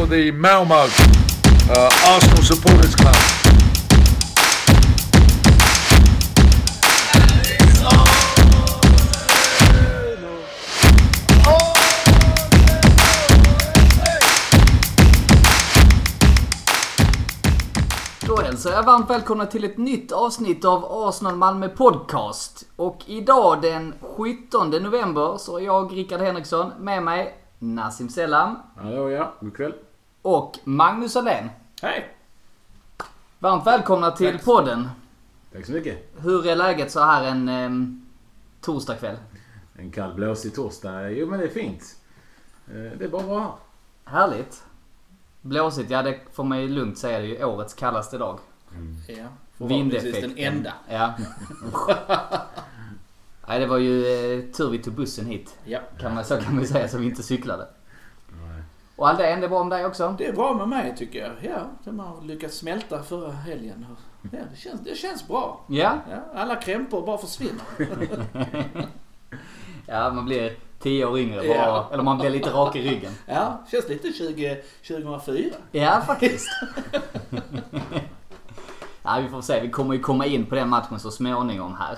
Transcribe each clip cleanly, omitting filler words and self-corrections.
the Malmo Arsenal Supporters Club. Då hälsar jag varmt välkomna till ett nytt avsnitt av Arsenal Malmö Podcast. Och idag den 17 november så är jag, Rickard Henriksson, med mig Nassim Selam. Hallå, ja. God kväll. Och Magnus Alén. Hej. Varmt välkomna till podden. Tack så mycket. Hur är läget så här en torsdagkväll? En kall blåsig torsdag. Jo, men det är fint. Det är bara bra. Härligt. Blåsigt, ja det får man ju lugnt säga, det är ju årets kallaste dag. Ja, Vindeffekt. Den enda. Ja. Nej, det var ju tur vi tog bussen hit. Ja. Så kan man säga, så vi inte cyklade. Nej. Och Aldén, det var om dig också? Det är bra med mig tycker jag. Ja, de har lyckats smälta förra helgen. Ja, det känns bra. Ja. Ja, alla krämpor bara försvinner. Ja, man blir 10 år yngre bara, Ja. eller man blir lite rak i ryggen. Ja, känns lite 2004. Ja, faktiskt. Ja, vi får se. Vi kommer ju komma in på den matchen så småningom här.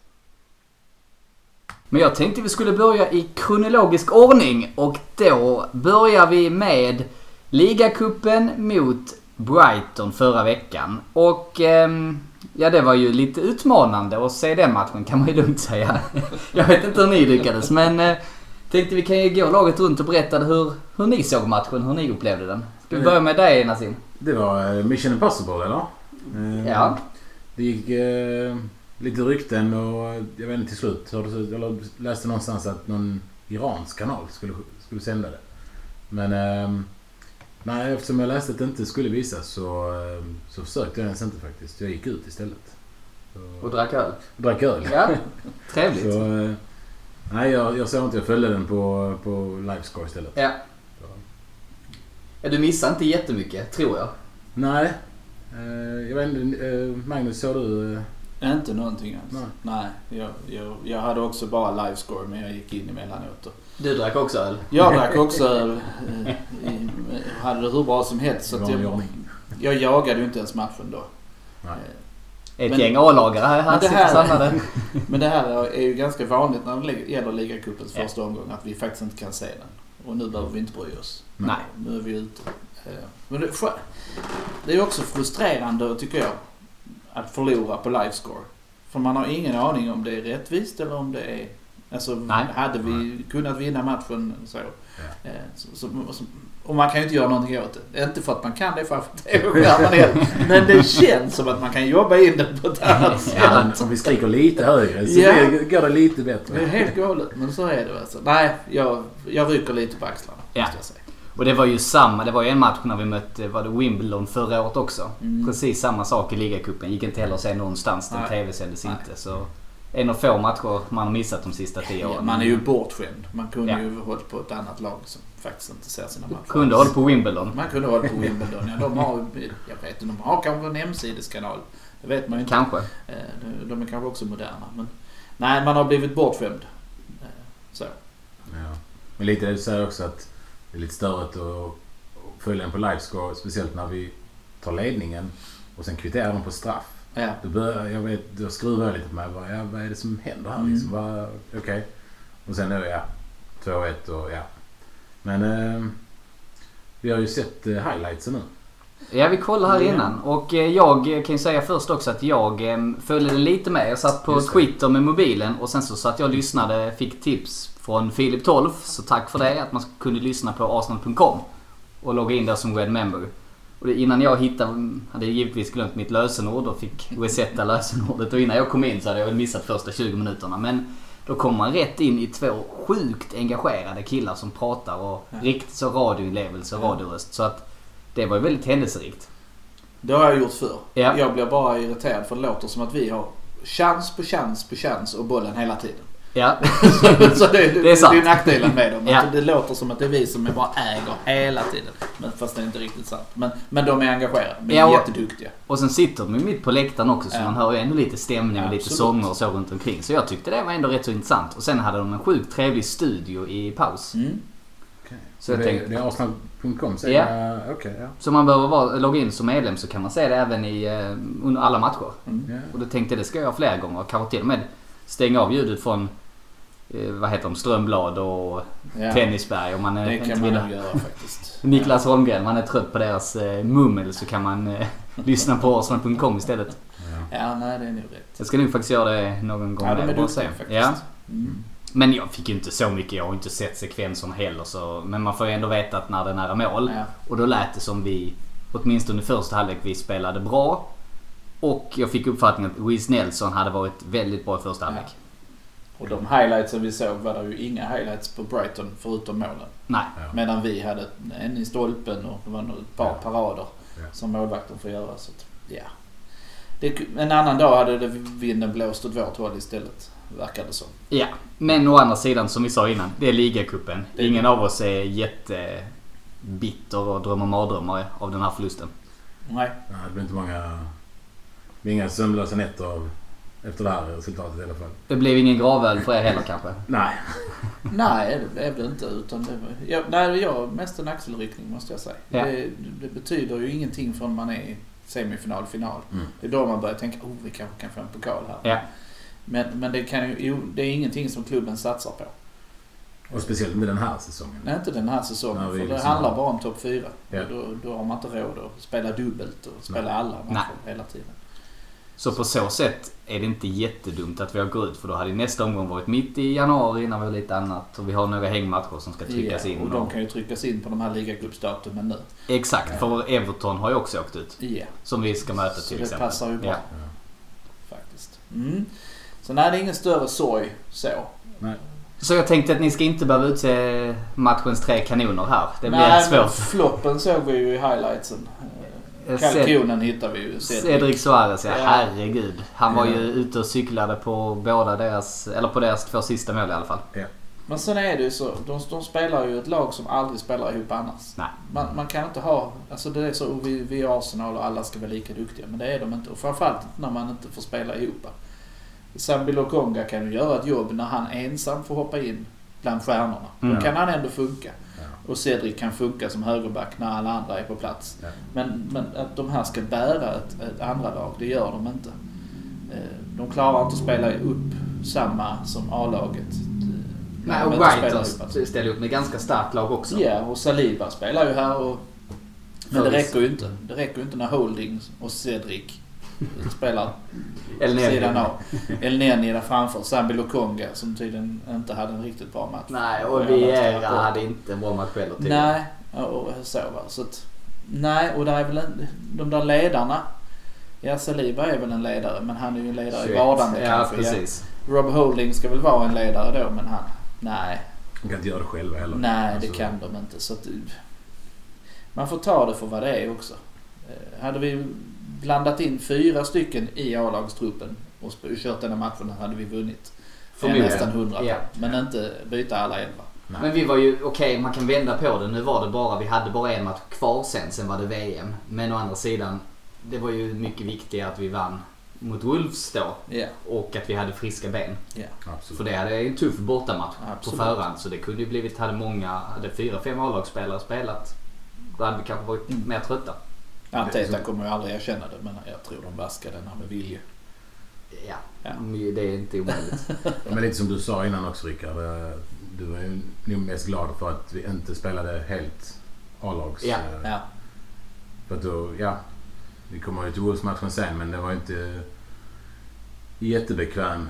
Men jag tänkte vi skulle börja i kronologisk ordning. Och då börjar vi med ligacupen mot Brighton förra veckan. Och ja, det var ju lite utmanande att se den matchen, kan man ju lugnt säga. Jag vet inte hur ni lyckades, men tänkte vi kan ju gå laget runt och berätta hur ni såg matchen, hur ni upplevde den. Ska vi börja med dig, Nassim? Det var Mission Impossible, eller? Ja. Det gick lite rykten och jag vet inte till slut. Jag läste någonstans att någon iransk kanal skulle sända det. Men nej, eftersom jag läste att det inte skulle visas så försökte jag ens inte faktiskt. Jag gick ut istället. Och drack öl? Drack öl. Ja, trevligt. Så, nej, jag såg inte. Jag följde den på livescore istället. Ja. Ja, du missade inte jättemycket, tror jag. Nej. Jag vet inte, Magnus, såg du? Inte någonting alls. Nej, jag hade också bara livescore, men jag gick in emellanåt. Du drack också öl? Jag drack också öl. Hade det hur bra som helst. Så att jag jagade ju inte ens matchen då. Nej. Ett gäng A-lagare här sitter samlade. Men det här är ju ganska vanligt när det gäller ligacupens första omgång, att vi faktiskt inte kan se den. Och nu behöver vi inte bry oss. Nej. Nu är vi ute. Men det är också frustrerande, tycker jag, att förlora på livescore. För man har ingen aning om det är rättvist eller om det är... Alltså, hade vi kunnat vinna matchen så. Ja. Och man kan ju inte göra någonting åt det. Inte för att man kan det för att TV-skärmen men det känns som att man kan jobba in det på ett annat sätt. Ja, om vi skriker lite högre så går det lite bättre. Det är helt galet, men så är det alltså. Nej, jag rycker lite på axlarna, måste jag säga. Och det var ju det var ju en match när vi mötte Wimbledon förra året också. Precis samma sak i ligacupen. Gick inte heller att se någonstans, den TV-sändes inte. Så en av få matcher man har missat de sista 10 åren. Ja, man är ju bortskämd. Man kunde ju hållit på ett annat lag som faktiskt inte ser sina matcher. Kunde hållit på Wimbledon. Man kunde hållit på Wimbledon. Ja, de har kanske en hemsideskanal. Det vet man ju inte. Kanske. De är kanske också moderna. Men nej, man har blivit bortskämd. Så. Ja. Men lite det du säger också att det är lite störigt att följa en på livescore, speciellt när vi tar ledningen och sen kvitterar de på straff. Ja. Då skruvar jag lite på mig. Vad är det som händer här? Liksom, okej. Och sen nu 2-1 och ja. Men vi har ju sett highlights nu. Ja, vi kollar här innan. Och jag kan ju säga först också att jag följde det lite med. Jag satt på Twitter med mobilen och sen så satt jag och lyssnade, fick tips från Filip 12. Så tack för det, att man kunde lyssna på arsenal.com och logga in där som Red Member. Och innan jag hade jag givetvis glömt mitt lösenord och fick resetta lösenordet. Och innan jag kom in så hade jag väl missat första 20 minuterna. Men då kom man rätt in i 2 sjukt engagerade killar som pratar och riktigt så radioinlevelse och radioröst. Så att det var väldigt händelserikt. Det har jag gjort förr. Ja. Jag blir bara irriterad för det låter som att vi har chans på chans på chans och bollen hela tiden. Ja. Så det är sant. Det är nackdelen med dem. Ja. Det låter som att det är vi som bara äger hela tiden. Men fast det är inte riktigt sant. Men de är engagerade. De är jätteduktiga. Och sen sitter de mitt på läktaren också. Så man hör ju ändå lite stämning och lite absolut. sånger och så runt omkring. Så jag tyckte det var ändå rätt så intressant. Och sen hade de en sjukt trevlig studio i paus. Okay. Så jag tänkte, det är Arsenal.com? Ja. Okay, ja. Så man behöver logga in som medlem, så kan man se det även under alla matcher. Ja. Och då tänkte jag det ska jag göra flera gånger. Kanske till och med stänga av ljudet från vad heter de? Strömblad och Tennisberg. Om man det kan man nog göra faktiskt. Niklas Holmgren, man är trött på deras mummel, så kan man lyssna på Arsenal.com istället. Ja, nej, det är nog rätt. Jag ska nog faktiskt göra det någon gång. Ja, de är duktiga faktiskt. Ja. Men jag fick ju inte så mycket, jag har inte sett sekvenserna heller. Så, men man får ju ändå veta att när det är nära mål. Ja. Och då lät det som vi, åtminstone i första halvlek, vi spelade bra. Och jag fick uppfattningen att Wiz Nelson hade varit väldigt bra i första halvlek. Ja. Och de highlights som vi såg var det ju inga highlights på Brighton förutom målen. Nej. Ja. Medan vi hade en i stolpen och det var nog ett par parader som målvakten får göra. Så att, en annan dag hade vinden blåst åt vårt håll istället, verkade det som. Ja, men å andra sidan, som vi sa innan, det är ligacupen. Ingen av oss är jättebitter och drömmer mardrömmar av den här förlusten. Nej. Det blir inte inga sömnlösa nätter efter det här resultatet i alla fall. Det blev ingen gravöl för er heller kanske? Nej. Nej, det blev det inte. Utan jag mest en axelryckning, måste jag säga. Ja. Det betyder ju ingenting förrän man är i semifinal, final. Det är då man börjar tänka, vi kanske kan få en pokal här. Ja. Men det är ingenting som klubben satsar på. Och speciellt med den här säsongen. Nej, inte den här säsongen. För det handlar bara om topp 4. Ja. Då har man inte råd att spela dubbelt och spela alla matcher hela tiden. Så på så sätt är det inte jättedumt att vi har gått ut, för då hade nästa omgång varit mitt i januari när vi har lite annat och vi har några hängmatcher som ska tryckas in. Och de kan ju tryckas in på de här ligagruppsdatumen nu. Exakt, för Everton har ju också åkt ut. Som vi ska möta till exempel. Så det passar ju bra. Faktiskt. Så nej, det är ingen större sorg så. Nej. Så jag tänkte att ni ska inte behöva utse matchens 3 kanoner här. Det blir svårt. Floppen såg vi ju i highlightsen. Kalkonen hittar vi ju. Cedric Suarez, herregud. Han var ju ute och cyklade på på deras 2 sista mål i alla fall. Ja. Men sen är det ju så, de spelar ju ett lag som aldrig spelar ihop annars. Nej. Man kan inte ha, alltså det är så, vi är Arsenal och alla ska vara lika duktiga, men det är de inte. Och framförallt när man inte får spela ihop. Sambi Lokonga kan ju göra ett jobb när han ensam får hoppa in bland stjärnorna. Då kan han ändå funka. Och Cedric kan funka som högerback när alla andra är på plats. Ja. Men att de här ska bära ett andra lag, det gör de inte. De klarar inte att spela upp samma som A-laget. Nej, och Brighton ställer upp med ganska starkt lag också. Ja, och Saliba spelar ju här. Men det räcker ju inte. Det räcker ju inte när Holding och Cedric spelar sidan av. El Neni där framför. Sambi Lokonga som tydligen inte hade en riktigt bra match. Nej, och Vieira hade inte en bra match heller till. Nej, och så va. Så att, nej, och där är väl de där ledarna. Ja, Saliba är väl en ledare, men han är ju en ledare i vardande kanske. Precis. Ja. Rob Holding ska väl vara en ledare då, men nej. De kan inte göra det själva heller. Nej, alltså, det kan de inte. Så att, man får ta det för vad det är också. Hade vi blandat in 4 stycken i A-lagstruppen och kört den här matchen, hade vi vunnit. Nästan 100. Yeah. Men inte byta alla 11. Nej. Men vi var ju, okej, man kan vända på det. Nu var det bara, vi hade bara en match kvar sen var det VM. Men å andra sidan, det var ju mycket viktigare att vi vann mot Wolves då. Yeah. Och att vi hade friska ben. Yeah. För det hade en tuff bortamatch på förhand. Så det kunde ju blivit, hade 4-5 A-lagsspelare spelat. Då hade vi kanske varit mer trötta. Arteta kommer ju aldrig erkänna det, men jag tror de vaskar den här med vilja. Ja. Det är inte omöjligt. Men lite som du sa innan också, Rickard. Du var ju nog mest glad för att vi inte spelade helt A-lags. Ja. För att då, vi kommer ju till Wolves-matchen sen, men det var inte jättebekväm.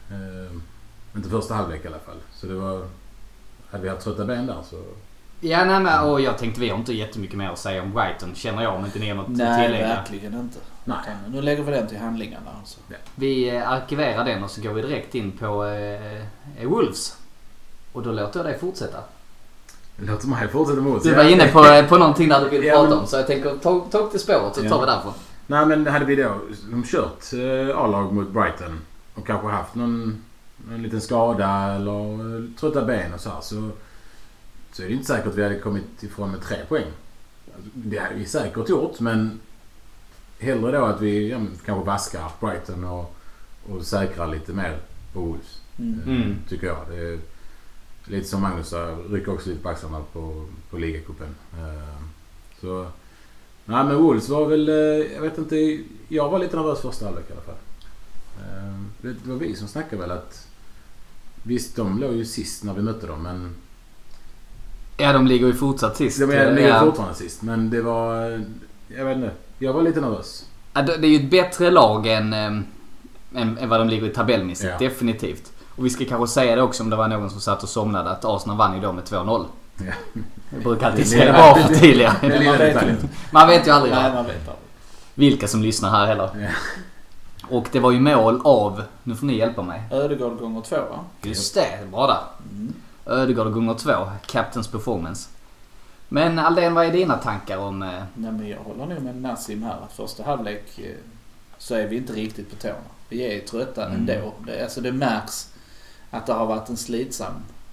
Inte första halvlek i alla fall. Så det var, hade vi haft trötta ben där så... Ja, nej, och jag tänkte vi har inte jättemycket mer att säga om Brighton, känner jag, om inte ni har något tillägg. Nej, verkligen inte. Nej. Nu lägger vi den till handlingarna. Alltså. Ja. Vi arkiverar den och så går vi direkt in på Wolves. Och då låter jag dig fortsätta. Det låter mig fortsätta mot. Du var inne på någonting där du vill prata om, så jag tänker ta upp till spåret så tar vi därifrån. Nej, men hade vi då kört A-lag mot Brighton och kanske haft någon liten skada eller trötta ben och så här, så är det inte säkert att vi hade kommit ifrån med 3 poäng. Det hade vi säkert gjort, men hellre då att vi kanske vaskar Brighton och säkrar lite mer på Wolves. Tycker jag. lite som Magnus sa, rycker också lite på axlarna på ligacupen. Så nej, men Wolves var väl, jag vet inte, jag var lite nervös första halvlek i alla fall. Det var vi som snackade väl att visst, de låg ju sist när vi mötte dem, men Ja, de ligger ju fortsatt sist. de ligger fortfarande sist, men det var, jag vet inte, jag var lite nervös. Ja, det är ju ett bättre lag än vad de ligger i tabellmässigt, Ja. definitivt. Och vi ska kanske säga det också, om det var någon som satt och somnade, att Arsenal vann ju då med 2-0. Ja. Jag brukar alltid säga det bara för tydliga. Det man vet detalj. inte. Man vet ju aldrig Nej, man vet aldrig. vilka som lyssnar här heller. Ja. Och det var ju mål av, nu får ni hjälpa mig. Ödegaard gånger 2, va? Just det, bra där. Ödegaard gånger 2, Captain's performance. Men Aldén, vad är dina tankar om... Nej, men jag håller nog med Nassim här. Att första halvlek så är vi inte riktigt på tårna. Vi är trötta ändå. Det märks att det har varit en slitsam...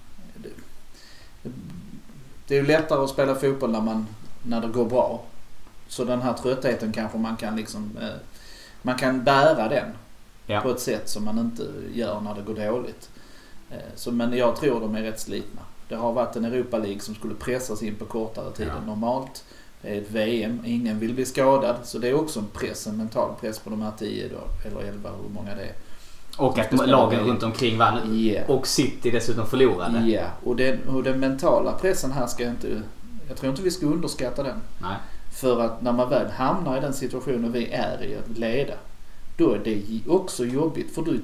Det är ju lättare att spela fotboll när det går bra. Så den här tröttheten kanske man kan liksom... Man kan bära den på ett sätt som man inte gör när det går dåligt. Men jag tror de är rätt slitna. Det har varit en Europa League som skulle pressas in på kortare tid än normalt. Det är ett VM, ingen vill bli skadad. Så det är också en press, en mental press på de här 10 då, eller 11, hur många det är. Och att lagen runt omkring vann. Yeah. Och City dessutom förlorade. Ja, och den mentala pressen här ska jag tror inte vi ska underskatta den. Nej. För att när man väl hamnar i den situationen vi är i att leda, då är det också jobbigt, för du är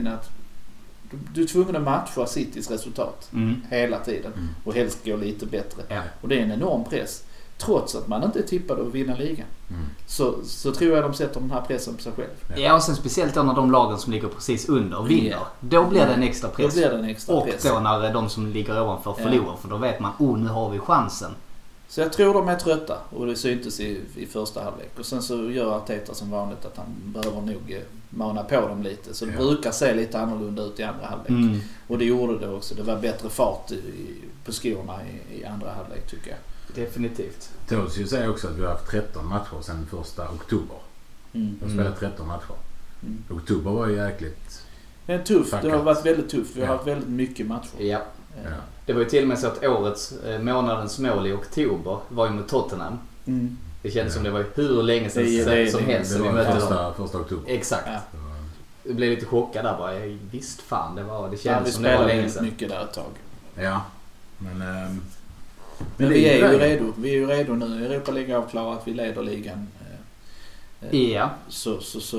tvungen att matcha Citys resultat hela tiden och helst gå lite bättre. Ja. Och det är en enorm press. Trots att man inte är tippad att vinna ligan. Så tror jag de sätter den här pressen på sig själv. Ja, och sen speciellt då när de lagen som ligger precis under vinner. Ja. Då blir det en extra press. Då blir det en extra och press. då när de som ligger ovanför förlorar. För då vet man, nu har vi chansen. Så jag tror de är trötta och det syntes i första halvlek. Och sen så gör Arteta som vanligt att han behöver nog mana på dem lite. Så det brukar se lite annorlunda ut i andra halvlek. Och det gjorde det också. Det var bättre fart på skorna i andra halvlek, tycker jag. Definitivt. Tåls ju säga också att vi har haft 13 matcher sedan 1 oktober. Vi har spelat 13 matcher. Oktober var ju jäkligt... Det är tufft. Det har varit väldigt tufft. Vi har haft väldigt mycket matcher. Ja. Det var ju till och med så att månadens mål i oktober var ju mot Tottenham. Det kändes som det var hur länge sedan som helst som vi mötte dem. Första oktober. Exakt. Ja. Jag blev lite chockad där bara. Visst fan, det kändes som det var var länge länge sedan. sedan. Mycket där ett tag. Ja. Men vi är ju redo. Vi är ju redo nu. Europa League avklarat att vi leder ligan. Ja. Så.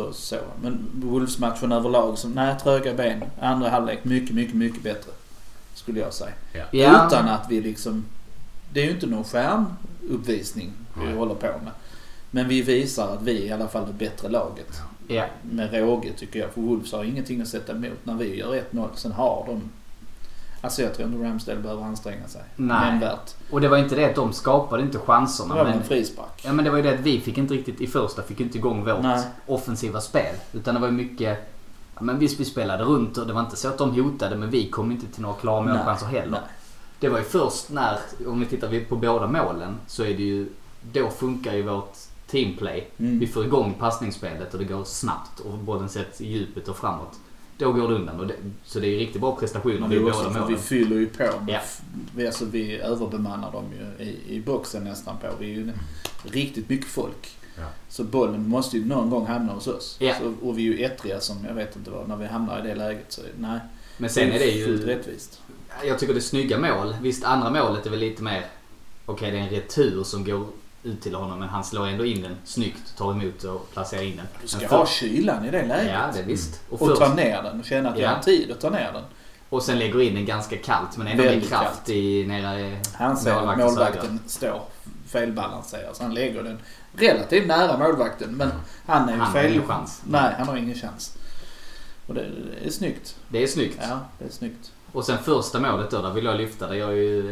Men Wolves-matchen överlag, tröga ben. Andra halvlek mycket bättre, skulle jag säga. Ja. Utan att vi liksom... Det är ju inte någon stjärnuppvisning vi håller på med. Men vi visar att vi är i alla fall det bättre laget. Ja. Med råge, tycker jag. För Wolves har ingenting att sätta emot när vi gör 1-0. Sen har de... Alltså jag tror inte Ramsdale behöver anstränga sig. Nej. Nämnvärt. Och det var inte det att de skapade inte chanserna. Det var en frispark. Ja, men det var ju det att vi fick inte riktigt fick inte igång vårt offensiva spel. Utan det var ju mycket... Men visst, vi spelade runt och det var inte så att de hotade, men vi kom inte till några klara målchanser heller. Nej. Det var ju först när, om vi tittar på båda målen, så är det ju... Då funkar ju vårt teamplay. Vi får igång passningsspelet och det går snabbt och bollen sätts i djupet och framåt. Då går det undan. Så det är riktigt bra prestationer i båda målen. Vi fyller ju på. Ja. Vi överbemannar dem ju i boxen nästan på. Vi är ju riktigt mycket folk. Ja. Så bollen måste ju någon gång hamna hos oss. Ja. Och vi är ju ettriga som, jag vet inte vad, när vi hamnar i det läget. Så nej. Men sen är det ju... fullt rättvist. Jag tycker det är snygga mål. Visst, andra målet är väl lite mer... Okej, det är en retur som går ut till honom, men han slår ändå in den snyggt, tar emot och placerar in den. Du ska ha kylan i det läget. Ja, det är visst. Och ta ner den och känna att jag har tid att ta ner den. Och sen lägger in den ganska kallt, men ändå med kraft nere han ser att målvakten står felbalanserad. Så han lägger den relativt nära målvakten, men han är ju fel. Han har ingen chans. Nej, han har ingen chans. Och det är snyggt. Det är snyggt. Ja, det är snyggt. Och sen första målet då, där vill jag lyfta det.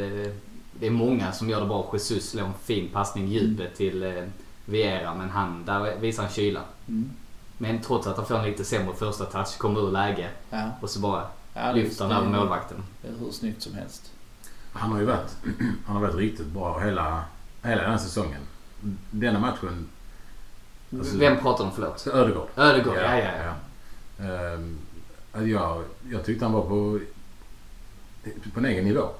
Det är många som gör det bra. Jesus slår en fin passning djupet till Vieira, men där visar han kyla. Men trots att han får en lite sämre första touch, kommer ur läge och så bara lyfter han över målvakten. Det är hur snyggt som helst. Han har varit riktigt bra hela den här säsongen. Denna matchen... Alltså, vem pratar om, förlåt? Ödegaard, ja. Jag tyckte han var på på en egen nivå.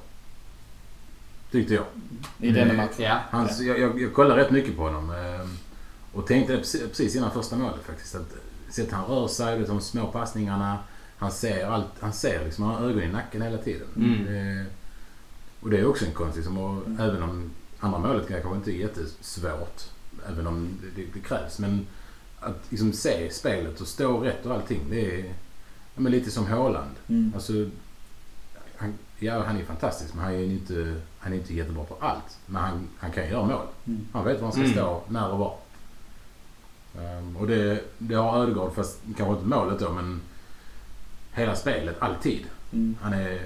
Tyckte jag. I denna matchen. Ja. Jag kollade rätt mycket på honom. Och tänkte precis innan första målet faktiskt. Att han rör sig, de små passningarna. Han ser allt. Han ser liksom, han har ögon i nacken hela tiden. Och det är också en konst liksom, och även om andra målet kanske inte är jättesvårt. Även om det krävs. Men att liksom se spelet och stå rätt och allting. Det är lite som Haaland. Alltså, han är fantastisk, men han är inte jättebra på allt. Men han kan göra mål. Han vet var han ska stå, när och var. Och det har Ödegaard, fast kanske inte målet då, men hela spelet, alltid. Han är,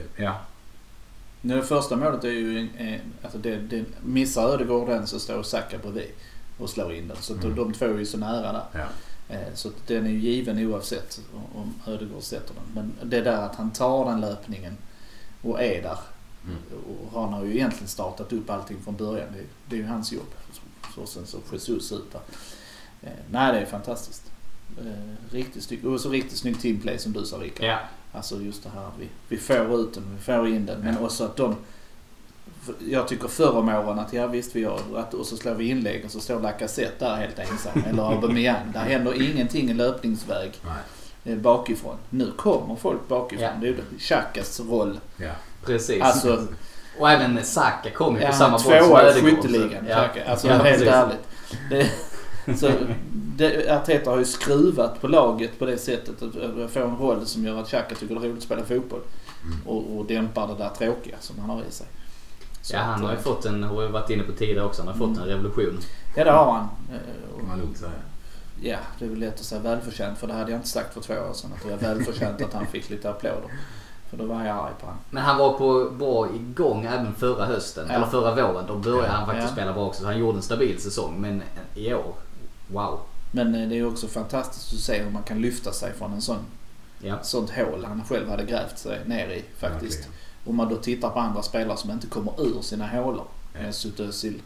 Det första målet är ju alltså det missar Ödegaard den, så står Saka bredvid och slår in den. Så de två är ju så nära där. Ja. Så den är ju given oavsett om Ödegaard sätter den. Men det där att han tar den löpningen och är där. Och han har ju egentligen startat upp allting från början. Det är ju hans jobb. Så sen så Jesus ut där. Nej, det är fantastiskt. Riktigt snyggt. Och så riktigt snygg teamplay som du sa, Rickard. Ja. Alltså just det här att vi får ut den, vi får in den. Men också att jag tycker förr om åren att visst vi gör att, och så slår vi inlägg och så står Lacazette där helt ensam. Eller Aubameyang. Där händer ingenting i löpningsväg bakifrån. Nu kommer folk bakifrån. Ja. Det är ju Xhakas roll. Ja. Precis. Alltså, och även Saka kommer ju på samma boll som Ödegaard. Skytteligan. Ja. Alltså helt ärligt. Så Arteta har ju skruvat på laget på det sättet att få en roll som gör att Xhaka tycker det är roligt att spela fotboll. Och dämpar det där tråkiga som han har i sig. Så han har ju fått har ju varit inne på tidigare också. Han har fått en revolution. Ja, det har han. Kan man lugnt säga. Ja, det är väl lätt att säga välförtjänt, för det hade jag inte sagt för 2 år sedan. Att det var välförtjänt att han fick lite applåder. För då var jag arg på han. Men han var bra igång även förra hösten. Eller förra våren. Då började han faktiskt spela bra också. Så han gjorde en stabil säsong. Men i år, wow. Men det är ju också fantastiskt att se hur man kan lyfta sig från en sånt hål han själv hade grävt sig ner i faktiskt. Okay. Om man då tittar på andra spelare som inte kommer ur sina hålor. Özil.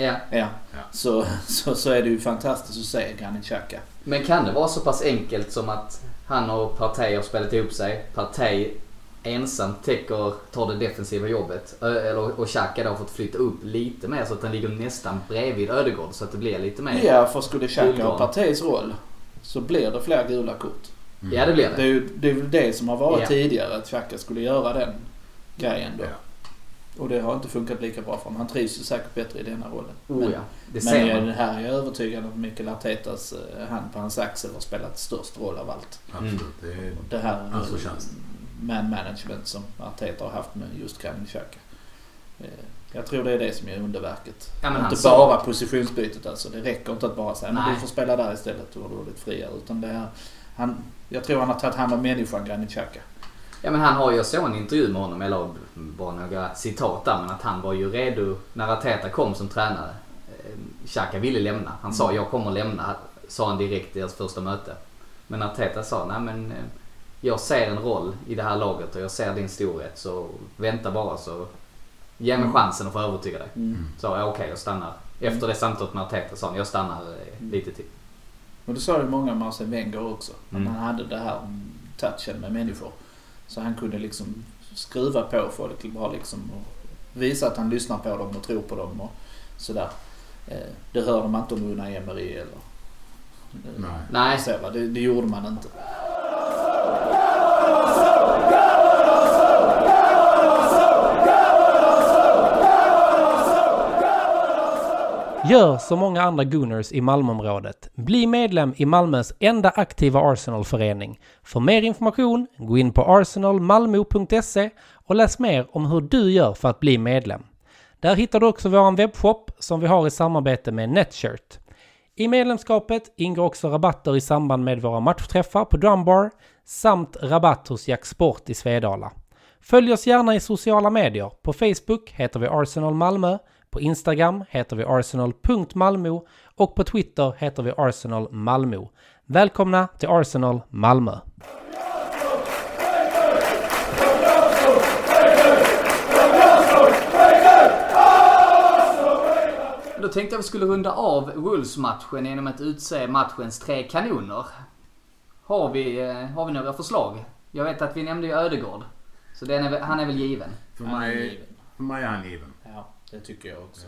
Så är det ju fantastiskt att se Granit Xhaka. Men kan det vara så pass enkelt som att han och Partey har spelat ihop sig? Partey ensam tar det defensiva jobbet. Och Xhaka då har fått flytta upp lite mer så att han ligger nästan bredvid Ödegaard så att det blir lite mer. Ja, för skulle Xhaka ha Parteys roll så blir det fler gula kort. Ja, det blir det. Det är ju det som har varit tidigare, att Xhaka skulle göra den grejen då. Och det har inte funkat lika bra för honom. Han trivs ju säkert bättre i denna rollen. Men det här är jag övertygad om att Mikel Artetas hand på hans axel har spelat störst roll av allt. Absolut. Det här man-management som Arteta har haft med just Granit Xhaka. Jag tror det är det som är underverket. Inte bara positionsbytet alltså. Det räcker inte att bara säga men du får spela där istället och då är lite friare. Utan det här, jag tror han har tagit hand om människan Granit Xhaka. Ja, men han har ju så en intervju med honom, eller bara några citat där, men att han var ju redo när Arteta kom som tränare. Xhaka ville lämna. Han sa jag kommer lämna, sa han direkt i deras första möte. Men Arteta sa nej men jag ser en roll i det här laget och jag ser din storhet, så vänta bara, så ge mig chansen att få övertyga dig. Så okej, jag stannar. Efter det samtalet med Arteta sa han jag stannar lite till. Och det sa ju många med Arsene Wenger också. Att han hade det här touchen med människor. Så han kunde liksom skruva på folk bara liksom och visa att han lyssnar på dem och tror på dem och sådär. Det hörde man inte om Unai Emery eller Nej. Så, det gjorde man inte. Gör som många andra Gunners i Malmöområdet. Bli medlem i Malmös enda aktiva Arsenal-förening. För mer information, gå in på arsenalmalmo.se och läs mer om hur du gör för att bli medlem. Där hittar du också vår webbshop som vi har i samarbete med Netshirt. I medlemskapet ingår också rabatter i samband med våra matchträffar på Drumbar samt rabatt hos Jack Sport i Svedala. Följ oss gärna i sociala medier. På Facebook heter vi Arsenal Malmö. På Instagram heter vi arsenal.malmo och på Twitter heter vi Arsenal Malmö. Välkomna till Arsenal Malmö. Då tänkte jag vi skulle runda av Wolves-matchen genom att utse matchens 3 kanoner. Har vi några förslag? Jag vet att vi nämnde ju Ödegaard. Så han är väl given. För mig är han given. Ja, det tycker jag också.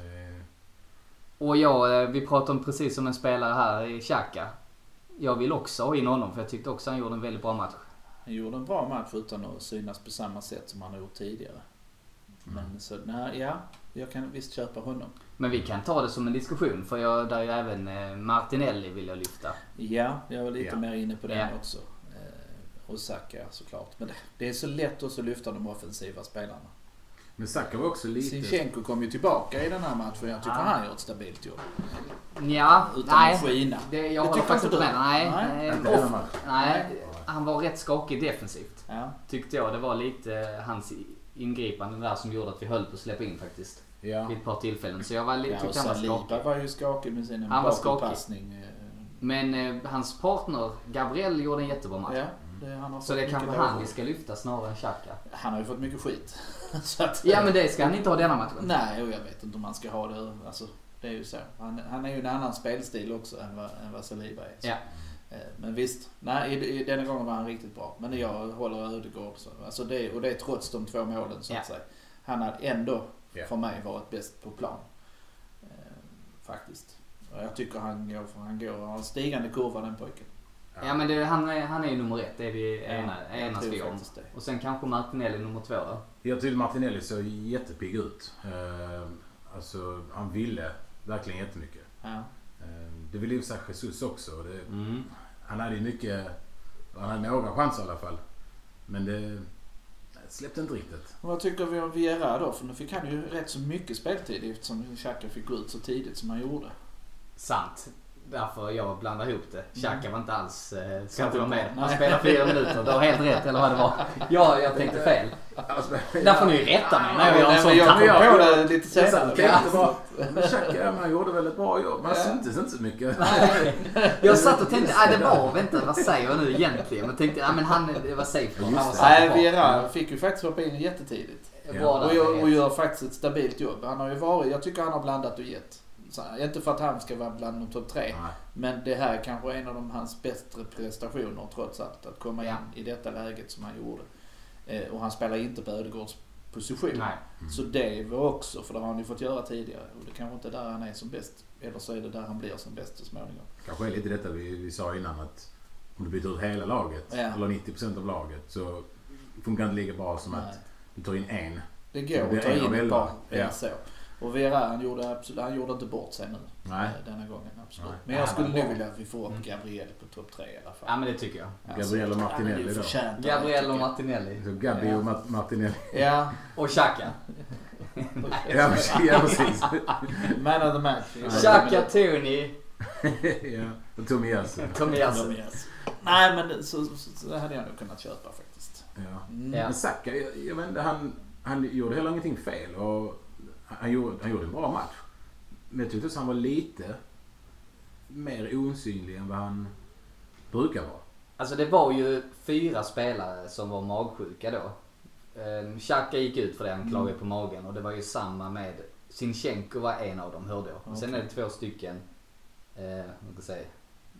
Och vi pratar om precis som en spelare här i Xhaka. Jag vill också ha in honom för jag tyckte också han gjorde en väldigt bra match. Han gjorde en bra match utan att synas på samma sätt som han har gjort tidigare. Men så, jag kan visst köpa honom. Men vi kan ta det som en diskussion för där är ju även Martinelli vill jag lyfta. Ja, jag var lite mer inne på det också. Och Saka såklart. Men det är så lätt att lyfta de offensiva spelarna. Men Saka var också lite... Sinchenko kom ju tillbaka i den här matchen. Jag tycker han gör ett stabilt jobb. Ja, utan att skina. Jag håller faktiskt inte med. Nej, han var rätt skakig defensivt. Ja. Tyckte jag. Det var lite hans ingripande där som gjorde att vi höll på att släppa in faktiskt. Ja. Vid ett par tillfällen. Så jag var lite och Saliba var ju skakig med sin bakåtpassning. Men hans partner Gabriel gjorde en jättebra match. Ja, så det kanske han vi ska lyfta snarare än Xhaka. Han har ju fått mycket skit. Så att, ja, men det ska han inte ha denna matchen. Nej, och jag vet inte om han ska ha det. Alltså, det är ju så. Han är ju en annan spelstil också än vad Saliba är. Så. Ja. Men visst, i denna gången var han riktigt bra. Men jag håller Ödegaard så. Alltså det är trots de 2 målen så att säga. Han hade ändå för mig varit bäst på plan. Faktiskt. Och jag tycker han har en stigande kurva den pojken. Ja, men han är ju nummer 1. Det är vi enas vi om. Och sen kanske Martinelli nummer 2 då. Jag tyckte Martinelli såg jättepigg ut. Alltså han ville verkligen jättemycket. Ja. Det ville ju säga Jesus också. Han hade ju mycket, han hade några chanser i alla fall. Men det släppte inte riktigt. Vad tycker vi om Vieira då? För nu fick han ju rätt så mycket speltid eftersom Xhaka fick gå ut så tidigt som han gjorde. Sant. Därför jag blandar ihop det. Xhaka var inte alls... ska inte vara med. Han spelade 4 minuter. Det var helt rätt, eller vad det var. Ja, jag tänkte fel. Där får ni ju rätta mig när jag gör en sån tappning. Jag kom på det lite senare. Men Xhaka, man gjorde väl ett bra jobb. Man syntes inte så mycket. Jag satt och tänkte, det var vänta, vad säger jag nu egentligen? Men tänkte, men det var safe. Nej, Vieira fick ju faktiskt hoppa in jättetidigt. Ja. Och gör faktiskt ett stabilt jobb. Han har ju varit, jag tycker han har blandat och gett. Så, inte för att han ska vara bland de topp 3. Nej. Men det här kanske är en av hans bättre prestationer trots allt. Att komma in i detta läget som han gjorde. Och han spelar inte på Ödegårds position. Nej. Så det var också, för det har han ju fått göra tidigare. Och det kanske inte är där han är som bäst. Eller så är det där han blir som bäst så småningom. Kanske är lite detta vi sa innan att om du byter ut hela laget eller 90% av laget så funkar det inte lika bra som att du tar in en. Det går att ta in ett par. Så. Och Vera, han gjorde inte bort sig nu. Nej. Denna gången, absolut. Nej. Men jag skulle nog vilja att vi får upp Gabriel på topp 3 i alla fall. Ja, men det tycker jag. Gabriel och Martinelli då. Gabriel och Martinelli. Så Gabi och Martinelli. Ja. Och Xhaka. Ja, precis. Man of the match. Xhaka, Tony. Ja, och Tomiyasu. Nej, men så hade jag nog kunnat köpa faktiskt. Ja. Men Saka, jag vet inte, han gjorde heller ingenting fel och han gjorde en bra match. Men jag tyckte att han var lite mer osynlig än vad han brukar vara. Alltså det var ju 4 spelare som var magsjuka då. Xhaka gick ut för det, han klagade på magen. Och det var ju samma med Sinchenko var en av dem, hörde jag. Och sen är det 2 stycken vad ska jag säga,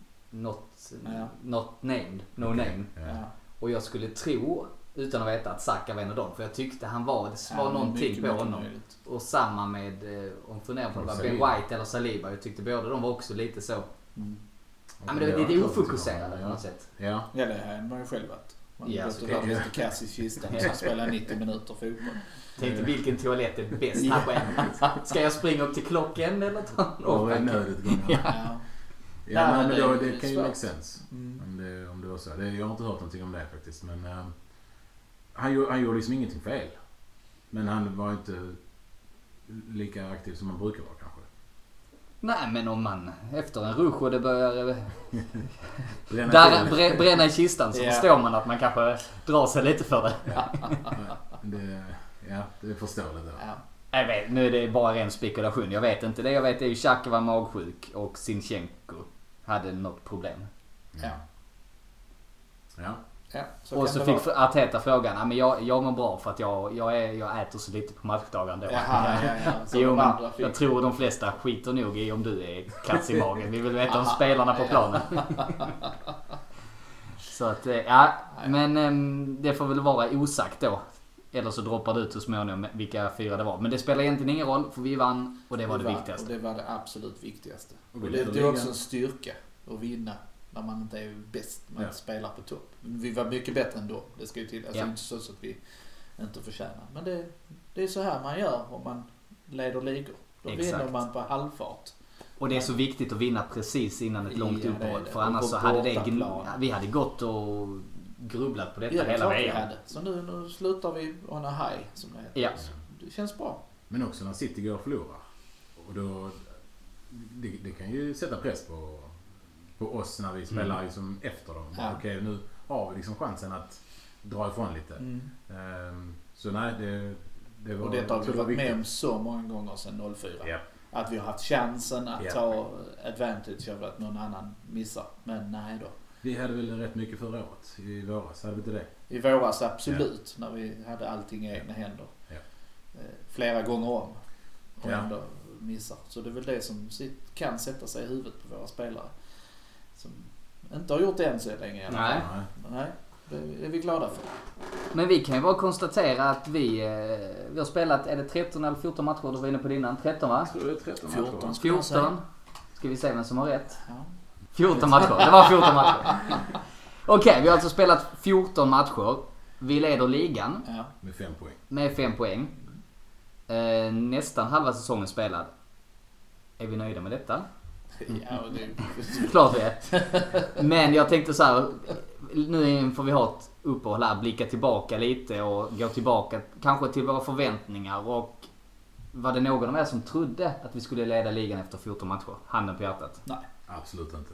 not named, no name. Ja. Och jag skulle tro, utan att veta, att Saka var en av dem. För jag tyckte det var någonting på honom. Möjligt. Och samma med, om funderar på det var Ben White eller Saliba. Jag tyckte båda de var också lite så. Ja, men det är ofokuserade på något sätt. Ja, det här var ju själv att man gått och varit lite kass i kistan som spelar 90 minuter fotboll. Tänkte vilken toalett är bäst här själv. Ska jag springa upp till klockan eller ta en Ja, men det kan ju make sense. Om det var så. Jag har inte hört någonting om det faktiskt. Men han gjorde liksom ingenting fel. Men han var inte lika aktiv som man brukar vara kanske. Nej, men om man efter en rush och det börjar bränna i kistan så förstår man att man kanske drar sig lite för det. Det förstår det då. Ja. Jag vet, nu är det bara ren spekulation. Jag vet inte det. Jag vet är ju Xhaka var magsjuk och Sinchenko hade något problem. Ja. Och så fick Arteta frågan, men jag mår bra för att jag äter så lite på matchdagen då. Jag tror de flesta skiter nog i om du är kass i magen. Vi vill veta om spelarna på planen. Så att, men det får väl vara osagt då. Eller så droppar det ut så småningom vilka 4 det var. Men det spelar egentligen ingen roll för vi vann och det var det viktigaste. Och det var det absolut viktigaste. Och Och det är också en styrka att vinna när man inte är bäst. Man spelar på topp. Vi var mycket bättre än då. Det ska ju till. Alltså inte så att vi inte förtjänar. Men det är så här man gör om man leder ligor. Då vinner man på halvfart. Och det är så viktigt att vinna precis innan ett långt uppehåll. För annars så hade vi hade gått och grubblat på detta hela vägen. Så nu slutar vi on a high som det heter. Ja. Det känns bra. Men också när City går och förlorar. Och då, det kan ju sätta press på oss när vi spelar liksom efter dem. Ja. Okej, nu har vi liksom chansen att dra ifrån lite. Så nej, det var... Och det har vi varit med om så många gånger sedan 04. Ja. Att vi har haft chansen att ta advantage av att någon annan missar. Men nej då. Vi hade väl rätt mycket förra året. I våras hade vi inte det. I våras absolut. När vi hade allting i egna händer. Ja. Flera gånger om. Och Ja. ändå missar. Så det är väl det som kan sätta sig i huvudet på våra spelare. Som inte har gjort det än så länge i alla fall. Nej, det är vi glada för. Men vi kan ju bara konstatera att vi har spelat, är det 13 eller 14 matcher du var inne på innan? 13 va? Jag tror det är 13 14. 14. Ska vi se vem som har rätt? Ja. 14 matcher. Det var 14 matcher. Okej, vi har alltså spelat 14 matcher. Vi leder ligan Ja. Med 5 poäng. med 5 poäng. Nästan halva säsongen spelad. Är vi nöjda med detta? Ja, det Klart vi är. Men jag tänkte så här, nu får vi ha ett uppehåll här, blicka tillbaka lite och gå tillbaka kanske till våra förväntningar. Och var det någon av er som trodde att vi skulle leda ligan efter 14 matcher? Handen på hjärtat. Nej. Absolut inte.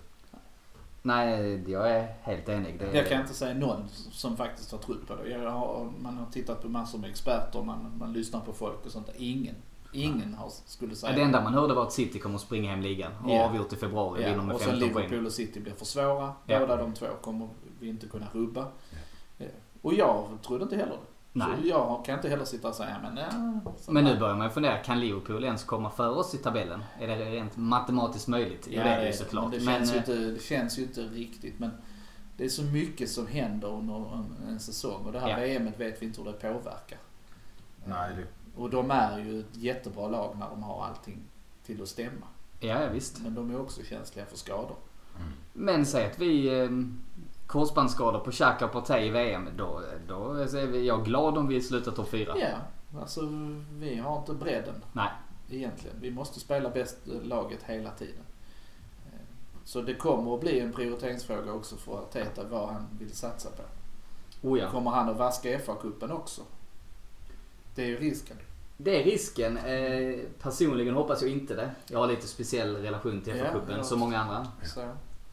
Nej, jag är helt enig. Jag kan inte säga någon som faktiskt har trott på det. Man har tittat på massor med experter, man lyssnar på folk och sånt där. Ingen skulle säga. Det enda man hörde var att City kommer att springa hem ligan och avgjort i februari. Ja, med och sen 15 poäng. Liverpool och City blir för svåra. Ja. Båda de två kommer vi inte kunna rubba. Och jag trodde inte heller det. Nej. Så jag kan inte heller sitta och säga Men nu börjar man ju fundera, kan Liverpool ens komma före oss i tabellen? Är det rent matematiskt möjligt? Ja, det är ju såklart. Men det känns ju inte riktigt. Men det är så mycket som händer under en säsong. Och det här VMet vet vi inte hur det påverkar. Nej, Och de är ju ett jättebra lag när de har allting till att stämma. Ja, visst. Men de är också känsliga för skador. Men säg att vi korsbandsskador på Xhaka och Partey i VM. Då är jag glad om vi slutar topp 4. Ja, alltså vi har inte bredden. Nej. Egentligen. Vi måste spela bäst laget hela tiden. Så det kommer att bli en prioriteringsfråga också för Arteta vad han vill satsa på. Oh ja. Kommer han att vaska FA-cupen också? Det är ju risken. Det är risken. Personligen hoppas jag inte det. Jag har lite speciell relation till FA-cupen som många andra. Så.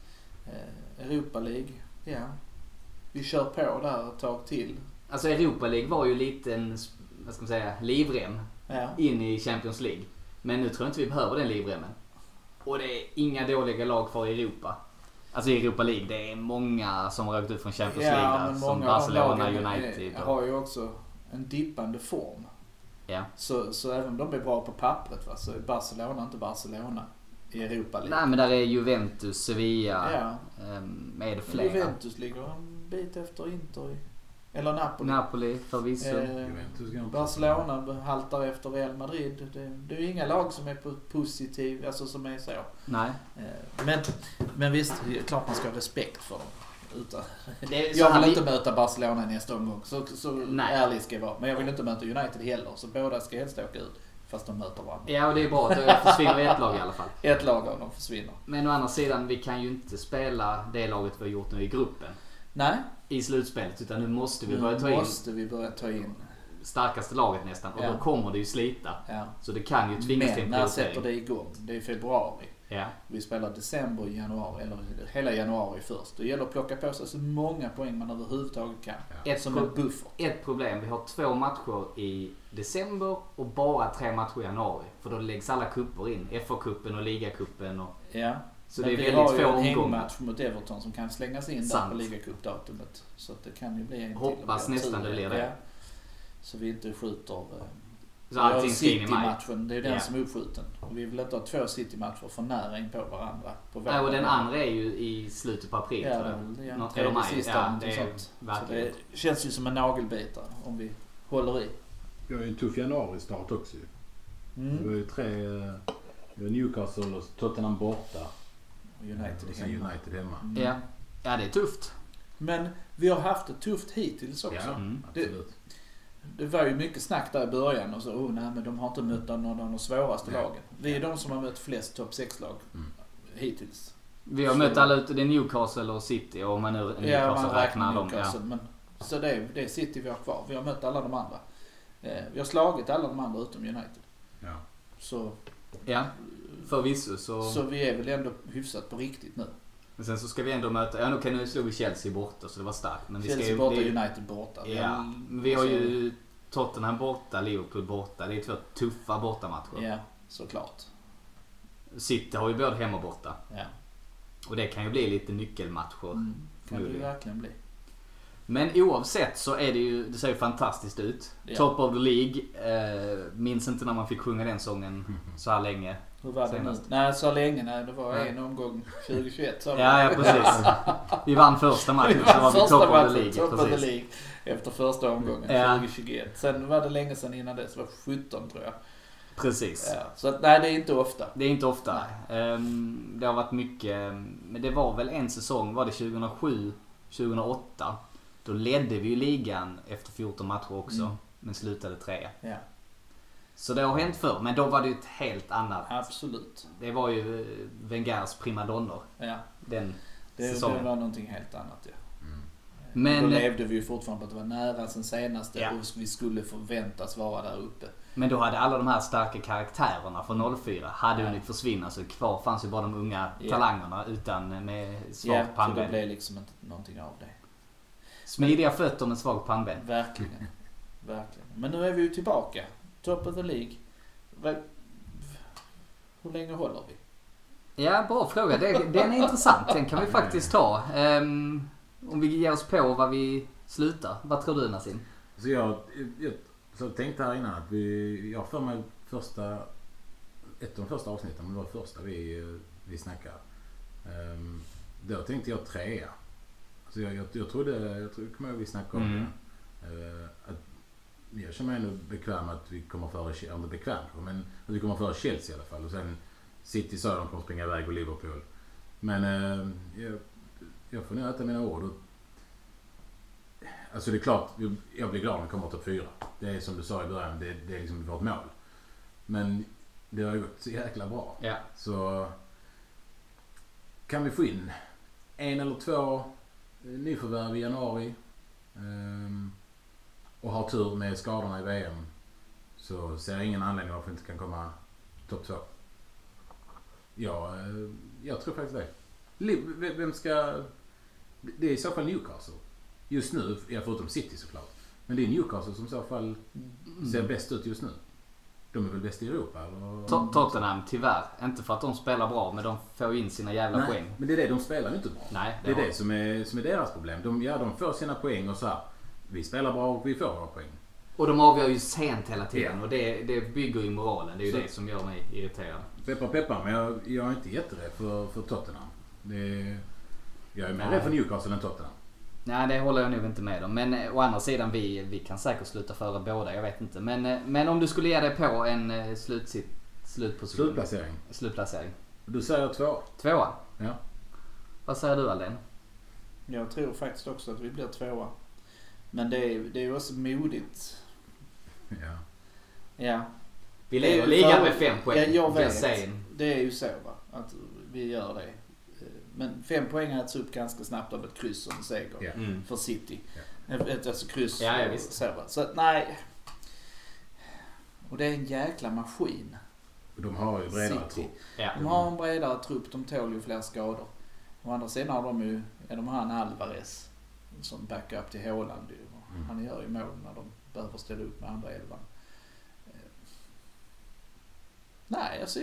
Europa League. Ja. Vi kör på där ett tag till. Alltså Europa League var ju lite en, vad ska man säga, livrem in i Champions League. Men nu tror jag inte vi behöver den livremmen. Och det är inga dåliga lag för Europa. Alltså i Europa League, det är många som har rökt ut från Champions League där, som Barcelona, United. Har ju också en dippande form. Ja. Så även om de är bra på pappret så är Barcelona inte Barcelona i Europa League. Nej, men där är Juventus, Sevilla, med flera. Juventus ligger en bit efter Inter eller Napoli förvisso. Barcelona haltar efter Real Madrid. Det är ju inga lag som är positiv, alltså som är så. Nej. Men visst, det är klart man ska ha respekt för dem. Så jag vill inte möta Barcelona nästa omgång. Så ärlig ska jag vara. Men jag vill inte möta United heller. Så båda ska helst åka ut. Fast de möter varandra. Ja, och det är bra. Då försvinner ett lag i alla fall. Ett lag av dem försvinner. Men å andra sidan, vi kan ju inte spela det laget vi har gjort nu i gruppen. Nej. I slutspelet. Utan nu måste vi börja ta in starkaste laget nästan. Och då kommer det ju slita. Ja. Så det kan ju tvingas till en prioritering. Men när sätter det igång? Det är februari. Ja. Vi spelar december, januari eller hela januari först. Det gäller att plocka på sig så många poäng man överhuvudtaget kan. Som en buffert. Ett problem, vi har 2 matcher i december och bara 3 matcher i januari. För då läggs alla kupper in. FA-cupen och ligacupen. Ja. Så det är väldigt få omgångar. Vi har ju en hemmatch mot Everton som kan slängas in där på ligacupdatumet. Så att det kan ju bli en hoppas till. Nästan det blir det. Ja. Så vi inte skjuter... Så allting City-matchen, det är den som är uppskjuten. Och vi vill inte ha 2 City-matcher för nära in på varandra. Nej, och den andra är ju i slutet på april. Ja, det sista. Det känns ju som en nagelbitare om vi håller i. Vi har ju en tuff januari-start också ju. Det var ju 3... Newcastle och Tottenham borta. United hemma. Ja, det är tufft. Men vi har haft det tufft hittills också. Ja, absolut. Det var ju mycket snack där i början och så, nej men de har inte mött någon av de svåraste lagen. Vi är de som har mött flest topp 6-lag hittills. Vi har mött alla ute, det är Newcastle och City och man nu Newcastle räknar dem. Newcastle, men, så det är City vi har kvar. Vi har mött alla de andra. Vi har slagit alla de andra utom United. Ja. Så... Ja, förvisso så vi är väl ändå hyfsat på riktigt nu. Men sen så ska vi ändå möta, nu kan vi slå Chelsea borta så det var starkt. Men Chelsea vi ska borta, United borta. Ja, vi har ju Tottenham borta, Liverpool borta. Det är 2 tuffa bortamatcher. Ja, såklart. City har ju både hem och borta. Ja. Och det kan ju bli lite nyckelmatcher. Kan det verkligen bli. Men oavsett så är det ju, det ser ju fantastiskt ut. Ja. Top of the League. Minns inte när man fick sjunga den sången så här länge. Hur var det nu? Nej, så länge. Nej, det var en omgång 2021. Ja, precis. Vi vann första matchen så var vi Top of the League. Top of the League efter första omgången 2021. Sen var det länge sedan innan det, så var 17 tror jag. Precis. Ja, så att, nej, det är inte ofta. Det är inte ofta. Det har varit mycket, men det var väl en säsong, var det 2007, 2008. Då ledde vi ju ligan efter 14 matcher också, men slutade 3. Ja. Så det har hänt förr, men då var det ju ett helt annat. Absolut. Det var ju Wengers primadonnor. Ja. Den det säsongen. Det var någonting helt annat, ja. Men då levde vi ju fortfarande på att det var nära sen senaste och vi skulle förväntas vara där uppe. Men då hade alla de här starka karaktärerna från 04 hade hunnit försvinna, så kvar fanns ju bara de unga talangerna utan med svagt pannben. Så det blev liksom inte någonting av det. Smidiga fötter med svag pannben. Verkligen. Men nu är vi ju tillbaka. Top of the League. Hur länge håller vi? Ja, bra fråga. Den är intressant. Den kan vi faktiskt ta. Om vi ger oss på vad vi slutar. Vad tror du, Nassim? Så jag tänkte här innan att jag för mig ett av de första avsnitten, men det var första vi snackade. Då tänkte jag 3. Så jag trodde kommer vi snacka om att jag känner mig ändå bekväm att vi kommer före, inte bekväm, men att vi kommer före Chelsea i alla fall. Och sen City sa de kommer springa iväg och Liverpool. Men jag får nu äta mina ord. Alltså det är klart, jag blir glad om vi kommer topp 4. Det är som du sa i början, det är liksom vårt mål. Men det har ju gått så jäkla bra. Ja. Så kan vi få in 1 eller 2 nyförvärv i januari och ha tur med skadorna i VM, så ser jag ingen anledning varför vi inte kan komma topp 2. Jag tror faktiskt det. Vem ska... Det är i så fall Newcastle. Just nu, förutom City såklart. Men det är Newcastle som i så fall ser bäst ut just nu. De är väl bäst i Europa? Eller? Tottenham tyvärr. Inte för att de spelar bra, men de får in sina jävla poäng. Men det är det, de spelar ju inte bra. Nej, det är det som är deras problem. De får sina poäng och så här. Vi spelar bra och vi får våra poäng. Och de avgör ju sent hela tiden. Och det bygger ju moralen. Det är ju det som gör mig irriterad. Peppar, men jag är inte jätterädd för Tottenham. Jag är mer rädd för Newcastle än Tottenham. Nej, det håller jag nog inte med om. Men å andra sidan, vi kan säkert sluta före båda. Jag vet inte. Men om du skulle ge dig på en slutposition. Slutplacering. Du säger 2. 2? Ja. Vad säger du, Alden? Jag tror faktiskt också att vi blir 2. Men det är ju också modigt. Ja. Vi leder ligan med 5 poäng. Ja, jag vet. Det är ju så, va? Att vi gör det. Men 5 poäng äts upp ganska snabbt av ett kryss och en seger för City. Ett kryss. Ja, visst. Så nej. Och det är en jäkla maskin. De har ju bredare trupp. Ja. De har en bredare trupp. De tål ju fler skador. Å andra sidan har de har en Alvarez som backup till Haaland. Han gör ju mål när de behöver ställa upp med andra elvan. Nej, alltså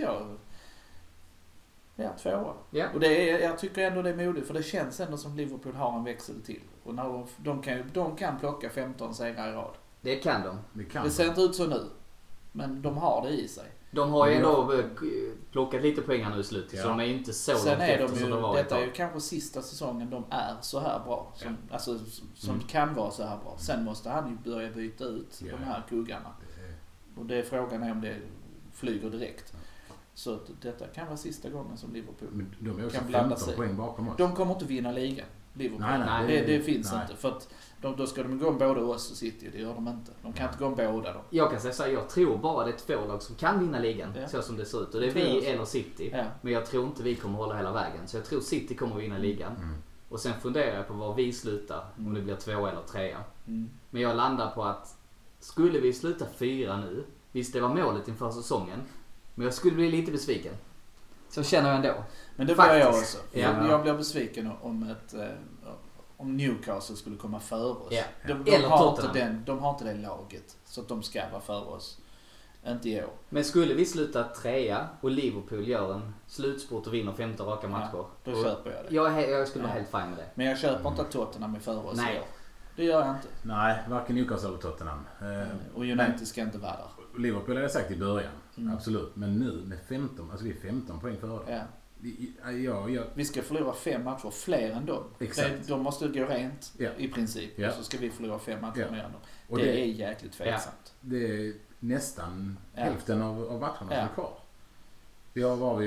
jag 2. Ja. Och jag tycker ändå det är modigt, för det känns ändå som Liverpool har en växel till. Och när de kan plocka 15 segrar i rad. Det kan de. Det ser inte ut så nu, men de har det i sig. De har ju ändå plockat lite poäng här nu i slutet, så de är inte så långt sen är efter som de var. Detta är ju kanske sista säsongen de är så här bra. Som kan vara så här bra. Sen måste han ju börja byta ut de här kuggarna. Och det är frågan är om det flyger direkt. Så att detta kan vara sista gången som Liverpool de är också kan blanda 15 sig. poäng bakom oss. De kommer inte vinna ligan, Liverpool. Nej, det finns inte. För att då ska de gå om både oss och City. Det gör de inte. De kan inte gå om båda då. Jag kan säga så här, jag tror bara det är 2 lag som kan vinna ligan så som det ser ut. Och det är vi eller City. Ja. Men jag tror inte vi kommer hålla hela vägen. Så jag tror City kommer vinna ligan. Och sen funderar jag på var vi slutar. Om det blir 2 eller 3. Men jag landar på att skulle vi sluta 4 nu. Visst, det var målet inför säsongen. Men jag skulle bli lite besviken. Så känner jag ändå. Men det var jag också. Jag blir besviken om Newcastle skulle komma före oss. De har inte det laget. Så att de ska vara före oss. Inte i år. Men skulle vi sluta 3 och Liverpool gör en slutspurt och vinner 15 raka matcher. Då köper jag det. Jag skulle vara helt fine med det. Men jag köper inte att Tottenham är före oss i år. Det gör jag inte. Nej, varken Newcastle eller Tottenham. Och United ska inte vara där. Liverpool har jag sagt i början. Absolut. Men nu med 15, alltså vi är 15 poäng före dem. Vi ska förlora 5 matcher fler än dem. De måste gå rent i princip. Och så ska vi förlora 5 matcher mer än dem. Och det är jäkligt tveksamt. Det är nästan hälften av matcherna som är kvar. Vi har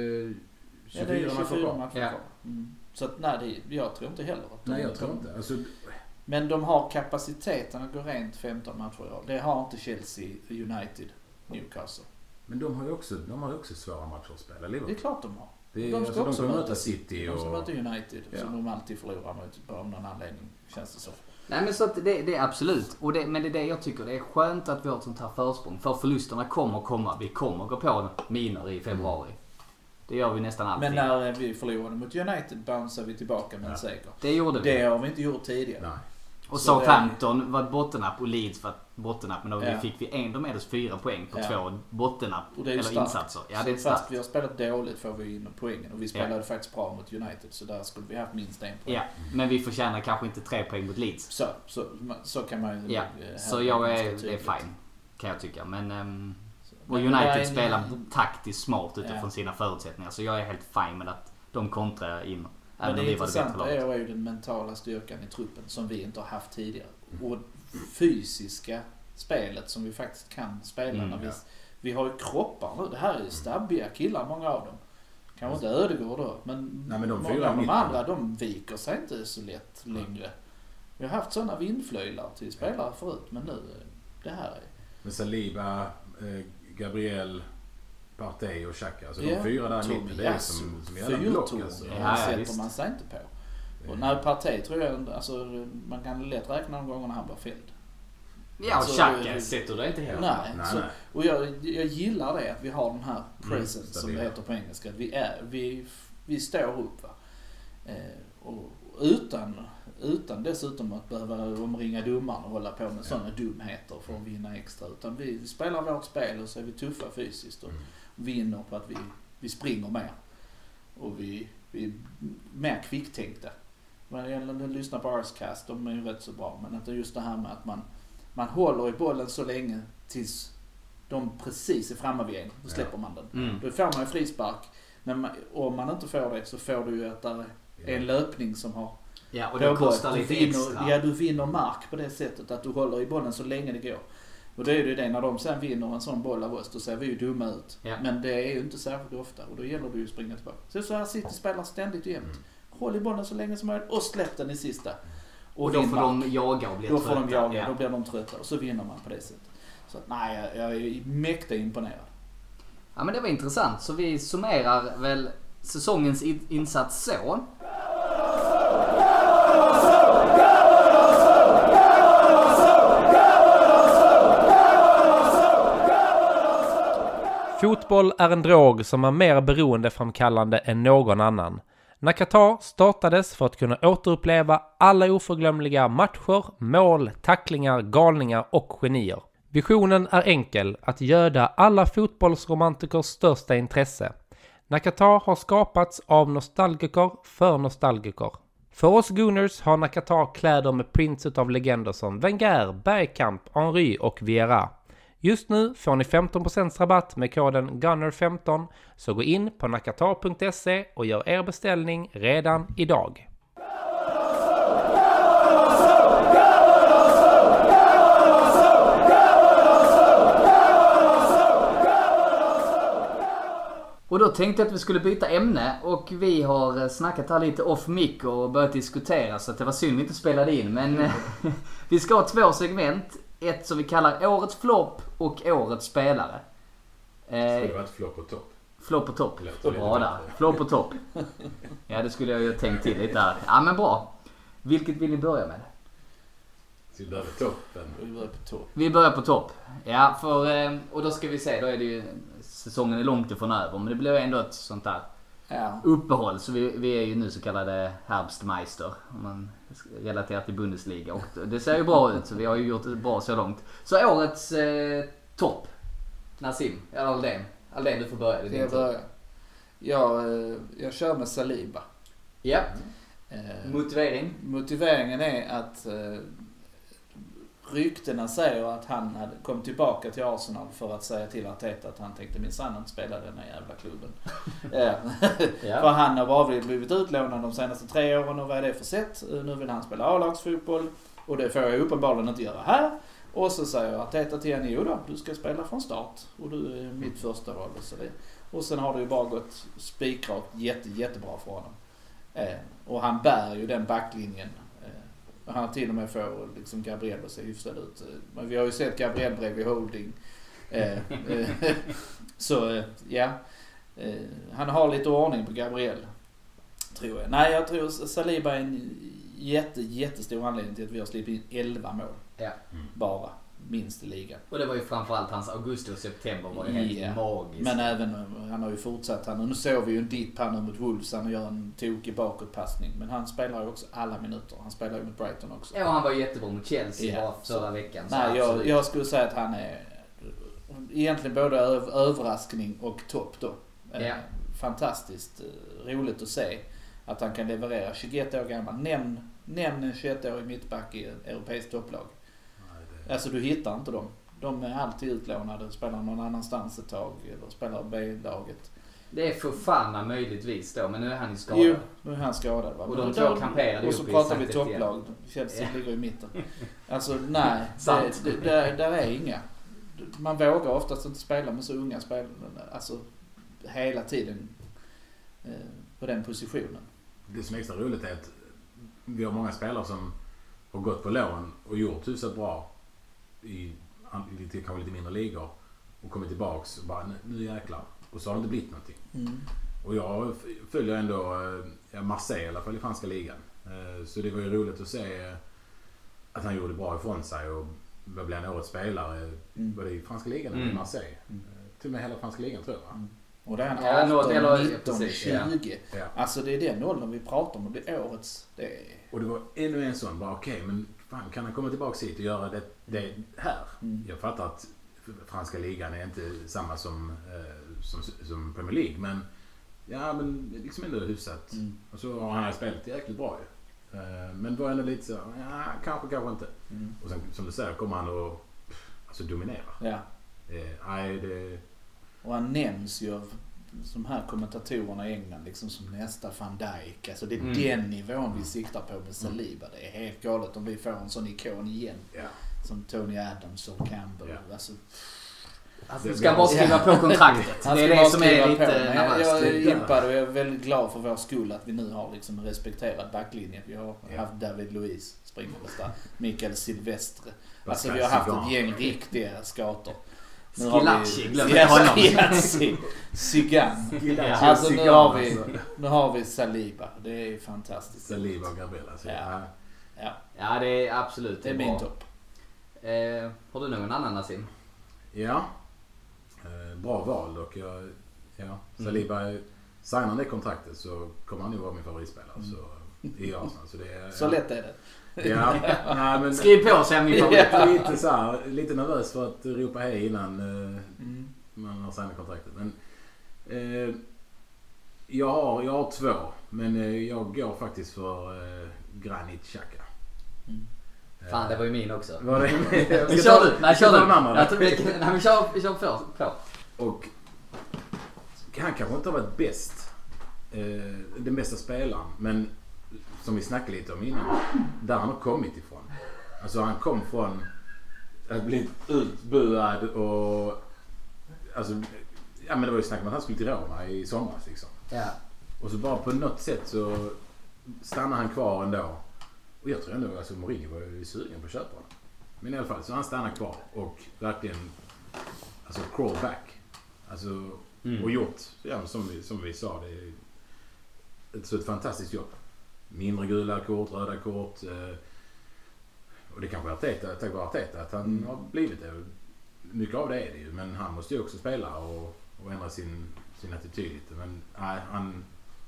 24 matcher kvar. Så att jag tror inte heller att jag tror inte. Alltså, men de har kapaciteten att gå rent 15 matcher i år. Det har inte Chelsea, United, Newcastle. Men de har ju också svåra matcher att spela. Liverpool. Det är klart de har. De ska också möta City. De ska möta United som de alltid förlorar mot av någon anledning, känns det så. Nej, men så att det är absolut. Men det är det jag tycker. Det är skönt att vi har ett sånt här försprång. För förlusterna kommer komma. Vi kommer gå på miner i februari. Det gör vi nästan alltid. Men när vi förlorade mot United bounceade vi tillbaka med en seger. Det gjorde vi. Det har vi inte gjort tidigare. Nej. Och Southampton var ett bottennapp och Leeds var ett bottennapp. Men då fick vi ändå med oss 4 poäng på 2 bottennapp eller insatser. Ja, det är fast vi har spelat dåligt får vi in poängen. Och vi spelade faktiskt bra mot United. Så där skulle vi haft minst 1 poäng. Ja, men vi förtjänar kanske inte 3 poäng mot Leeds. Så kan man ju... Ja, så det är fine. Kan jag tycka. Men... Och United spelar taktiskt smart utifrån sina förutsättningar. Så jag är helt fine med att de kontrar in. Men det intressanta är ju den mentala styrkan i truppen som vi inte har haft tidigare. Och fysiska spelet som vi faktiskt kan spela. När vi har ju kroppar nu. Det här är stabbiga killar, många av dem. Kanske inte Ödegård då. Men många av de andra, de viker sig inte så lätt längre. Vi har haft sådana vindflöjlar till spelare förut. Men nu, det här är... Men Saliba... Gabriel, Partey och Xhaka. Alltså de 4 där mitten, det är som jävla block. Alltså. Sätter man sig inte på. Och när Partey tror jag, alltså man kan lätt räkna de gånger när han blir fälld. Ja, och Xhaka sätter det inte heller. Nej. Och jag gillar det att vi har den här presence som det heter på engelska. Vi står upp va. Och utan dessutom att behöva omringa domaren och hålla på med sådana dumheter för att vinna extra. Utan vi spelar vårt spel och så är vi tuffa fysiskt och vinner på att vi springer mer. Och vi är mer kvicktänkta. Vad gäller att lyssna på Arscast, de är ju rätt så bra. Men inte just det här med att man håller i bollen så länge tills de precis är framme vid en. Då släpper man den. Då får man ju frispark. Men om man inte får det så får du ju att det är en löpning som har... Ja, och det kostar lite extra. Ja, du vinner mark på det sättet att du håller i bollen så länge det går. Och det är ju det, när de sen vinner en sån boll av oss, då ser vi ju dumma ut. Ja. Men det är ju inte särskilt ofta och då gäller det ju att springa tillbaka. Så här City spelar ständigt och jämt. Håll i bollen så länge som möjligt och släpp den i sista. Och då får de jaga och bli trötta. Då får de jaga, då blir de trötta och så vinner man på det sättet. Så nej, jag är mäktigt imponerad. Ja, men det var intressant. Så vi summerar väl säsongens insats så. Fotboll är en drog som är mer beroendeframkallande än någon annan. När Qatar startades för att kunna återuppleva alla oförglömliga matcher, mål, tacklingar, galningar och genier. Visionen är enkel, att göda alla fotbollsromantikers största intresse. När Qatar har skapats av nostalgiker för nostalgiker. För oss Gooners har när Qatar kläder med prints av legender som Wenger, Bergkamp, Henry och Vieira. Just nu får ni 15% rabatt med koden GUNNER15, så gå in på nakatar.se och gör er beställning redan idag. Och då tänkte jag att vi skulle byta ämne och vi har snackat här lite off mic och börjat diskutera, så att det var synd vi inte spelade in. Men vi ska ha 2 segment. Ett som vi kallar årets flopp och årets spelare. Skulle det varit flopp och topp? Flopp och topp. Bra där. Flopp och topp. Ja, det skulle jag ju tänkt till lite här. Ja, men bra. Vilket vill ni börja med? Ska vi börja på toppen? Vi börjar på topp. Ja, för, och då ska vi se, då är det ju, säsongen är långt ifrån över, men det blir ändå ett sånt där uppehåll. Så vi är ju nu så kallade Herbstmeister, om man relaterar till Bundesliga. Och det ser ju bra ut, så vi har ju gjort det bra så långt. Så årets topp, Nassim, eller Aldén, du får börja. Jag börjar. Jag kör med Saliba. Ja. Motiveringen är att ryktena säger att han hade kommit tillbaka till Arsenal för att säga till Arteta att han tänkte minsann inte spela den här jävla klubben. Ja. För han har bara blivit utlånad de senaste 3 åren, och vad är det för sätt? Nu vill han spela A-lagsfotboll, och det får jag uppenbarligen inte göra här. Och så säger Arteta till henne, jo då, du ska spela från start och du är mitt första val. Och sen har det ju bara gått spikrakt jättebra för honom. Och han bär ju den backlinjen. Han till och med får liksom Gabriel att se hyfsad ut. Men vi har ju sett Gabriel bredvid Holding. Så ja. Han har lite ordning på Gabriel, tror jag. Nej, jag tror Saliba är en jättestor anledning till att vi har släppt in 11 mål. Ja. Bara. Minst i ligan. Och det var ju framförallt hans augusti och september var ju helt magiskt. Men även, han har ju fortsatt. Och nu såg vi ju en dipp här nu mot Wolves. Han gör en tokig bakåtpassning. Men han spelar ju också alla minuter. Han spelar ju mot Brighton också. Ja, och han var jättebra mot Chelsea förra veckan. Nej, jag skulle säga att han är egentligen både överraskning och topp då. Fantastiskt roligt att se att han kan leverera. 21 år gammal. Nämn en 21-årig mittback i europeiskt topplag. Alltså du hittar inte dem. De är alltid utlånade, spelar någon annanstans ett tag eller spelar B-laget. Det är för fan möjligtvis då, men nu är han ju skadad. Jo, nu är han skadad. Va? Och de två kamperade. Och så pratar vi topplag. Chelsea ligger i mitten. Alltså nej, där är inga. Man vågar oftast inte spela med så unga spelare. Alltså hela tiden på den positionen. Det som är extra roligt är att vi har många spelare som har gått på lån och gjort hyfsat bra i kanske lite mindre ligor och kommit tillbaks och bara nu jäklar. Och så har det inte blivit någonting. Och jag följer ändå Marseille i alla fall i franska ligan. Så det var ju roligt att se att han gjorde bra ifrån sig och blev en årets spelare både i franska ligan och i Marseille. Till och med hela franska ligan tror jag. Och det är en 18, 19, 20. Ja. Alltså det är den åldern vi pratar om. Det är årets. Och det var ännu en sån. Bara okej, men fan, kan han komma tillbaka hit och göra det här? Jag fattar att franska ligan är inte samma som Premier League. Men ja, men liksom ändå hyfsat. Och så har han spelat jäkligt bra ju. Men var ändå lite så, ja, kanske inte. Och sen som du säger kommer han att dominera. Ja. Och han nämns ju av de här kommentatorerna i England liksom som nästa Van Dijk. Alltså det är den nivån vi siktar på med Saliba. Det är helt galet om vi får en sån ikon igen. Ja. Som Tony Adams och Campbell. Ja. Alltså du ska bara skriva på kontraktet. Det är det som är lite nervöst. Jag är impad och jag är väldigt glad för vår skull att vi nu har liksom en respekterad backlinje. Vi har haft David Luiz springandes där. Mikael Silvestre. Alltså vi har haft ett gäng riktiga skator. Skilacci, glömde honom. Sigan. Alltså nu har vi Saliba. Det är fantastiskt. Saliba och Gabriel. Alltså. Ja, det är absolut. Det är min topp. Har du någon annan, Nassim? Ja. Bra val och Saliba signar det kontraktet så kommer han ju vara min favoritspelare i Arsenal. Så lätt är det. Ja, nej, men skriv på sig min favorit. Lite nervös för att ropa hej innan man har signat kontraktet. Men jag har 2, men jag går faktiskt för Granit Xhaka. Fan, det var ju min också. Var det? Vi kör du. Nej, kör du. Den andra. Vi kör på. Och han kanske inte har varit bäst. Den bästa spelaren. Men som vi snackade lite om innan. Där han har kommit ifrån. Alltså han kom från att bli utbuad och alltså, ja men det var ju snack om att han skulle till Roma i somras liksom. Ja. Och så bara på något sätt så stannar han kvar ändå. Och jag tror ändå alltså Mourinho var ju sugen på att köpa honom. Men i alla fall så han stannar kvar och verkligen alltså crawl back. Alltså och gjort ja, som vi sa det är ett fantastiskt jobb. Mindre gula kort, röda kort och det kanske är tack vare Arteta att han har blivit det. Mycket av det är det ju, men han måste ju också spela och ändra sin attityd lite. Men nej, han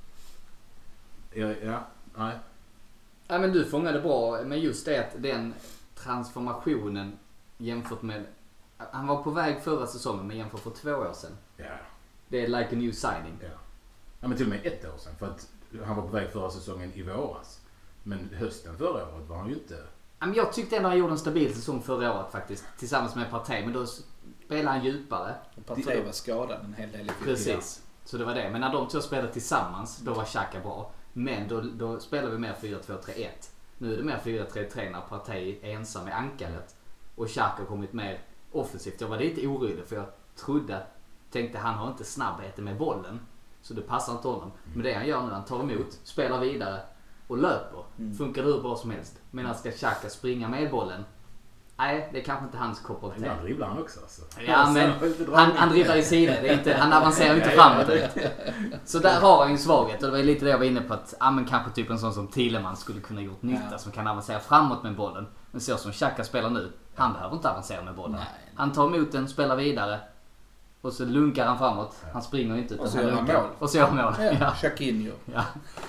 nej. Ja, men du fångade bra med just det att den transformationen jämfört med han var på väg förra säsongen men jämfört för 2 år sedan. Ja. Det är like a new signing. Ja, men till och med 1 år sedan för att han var på väg förra säsongen i våras. Men hösten förra året var han ju inte. Ja, men jag tyckte ändå han gjorde en stabil säsong förra året faktiskt tillsammans med Partey, men då spelade han djupare. Partey var skadad en hel del i Precis. Så det var det. Men när de två spelade tillsammans då var Xhaka bra. Men då spelade vi mer 4-2-3-1. Nu är det mer 4-3-3 när Partey är ensam med ankaret. Och Xhaka har kommit mer offensivt. Jag var lite orolig för jag tänkte han har inte snabbheten med bollen. Så det passar inte honom. Men det han gör nu, han tar emot, spelar vidare och löper. Funkar det hur bra som helst. Men ska Xhaka springa med bollen? Nej, det är kanske inte hans kopp av te. Ibland dribblar han också alltså. Ja, men han dribblar i sidan. Han avancerar inte framåt. Så där har han ju en svaghet. Och det var lite det jag var inne på att men kanske typ en sån som Thielemans skulle kunna gjort nytta som kan avancera framåt med bollen. Men så som Xhaka spelar nu, han behöver inte avancera med bollen. Nej. Han tar emot den, spelar vidare och så lunkar han framåt. Han springer inte utan och så han gör han lunkar. mål. Och så gör han mål. Ja, Shaquinho. Ja.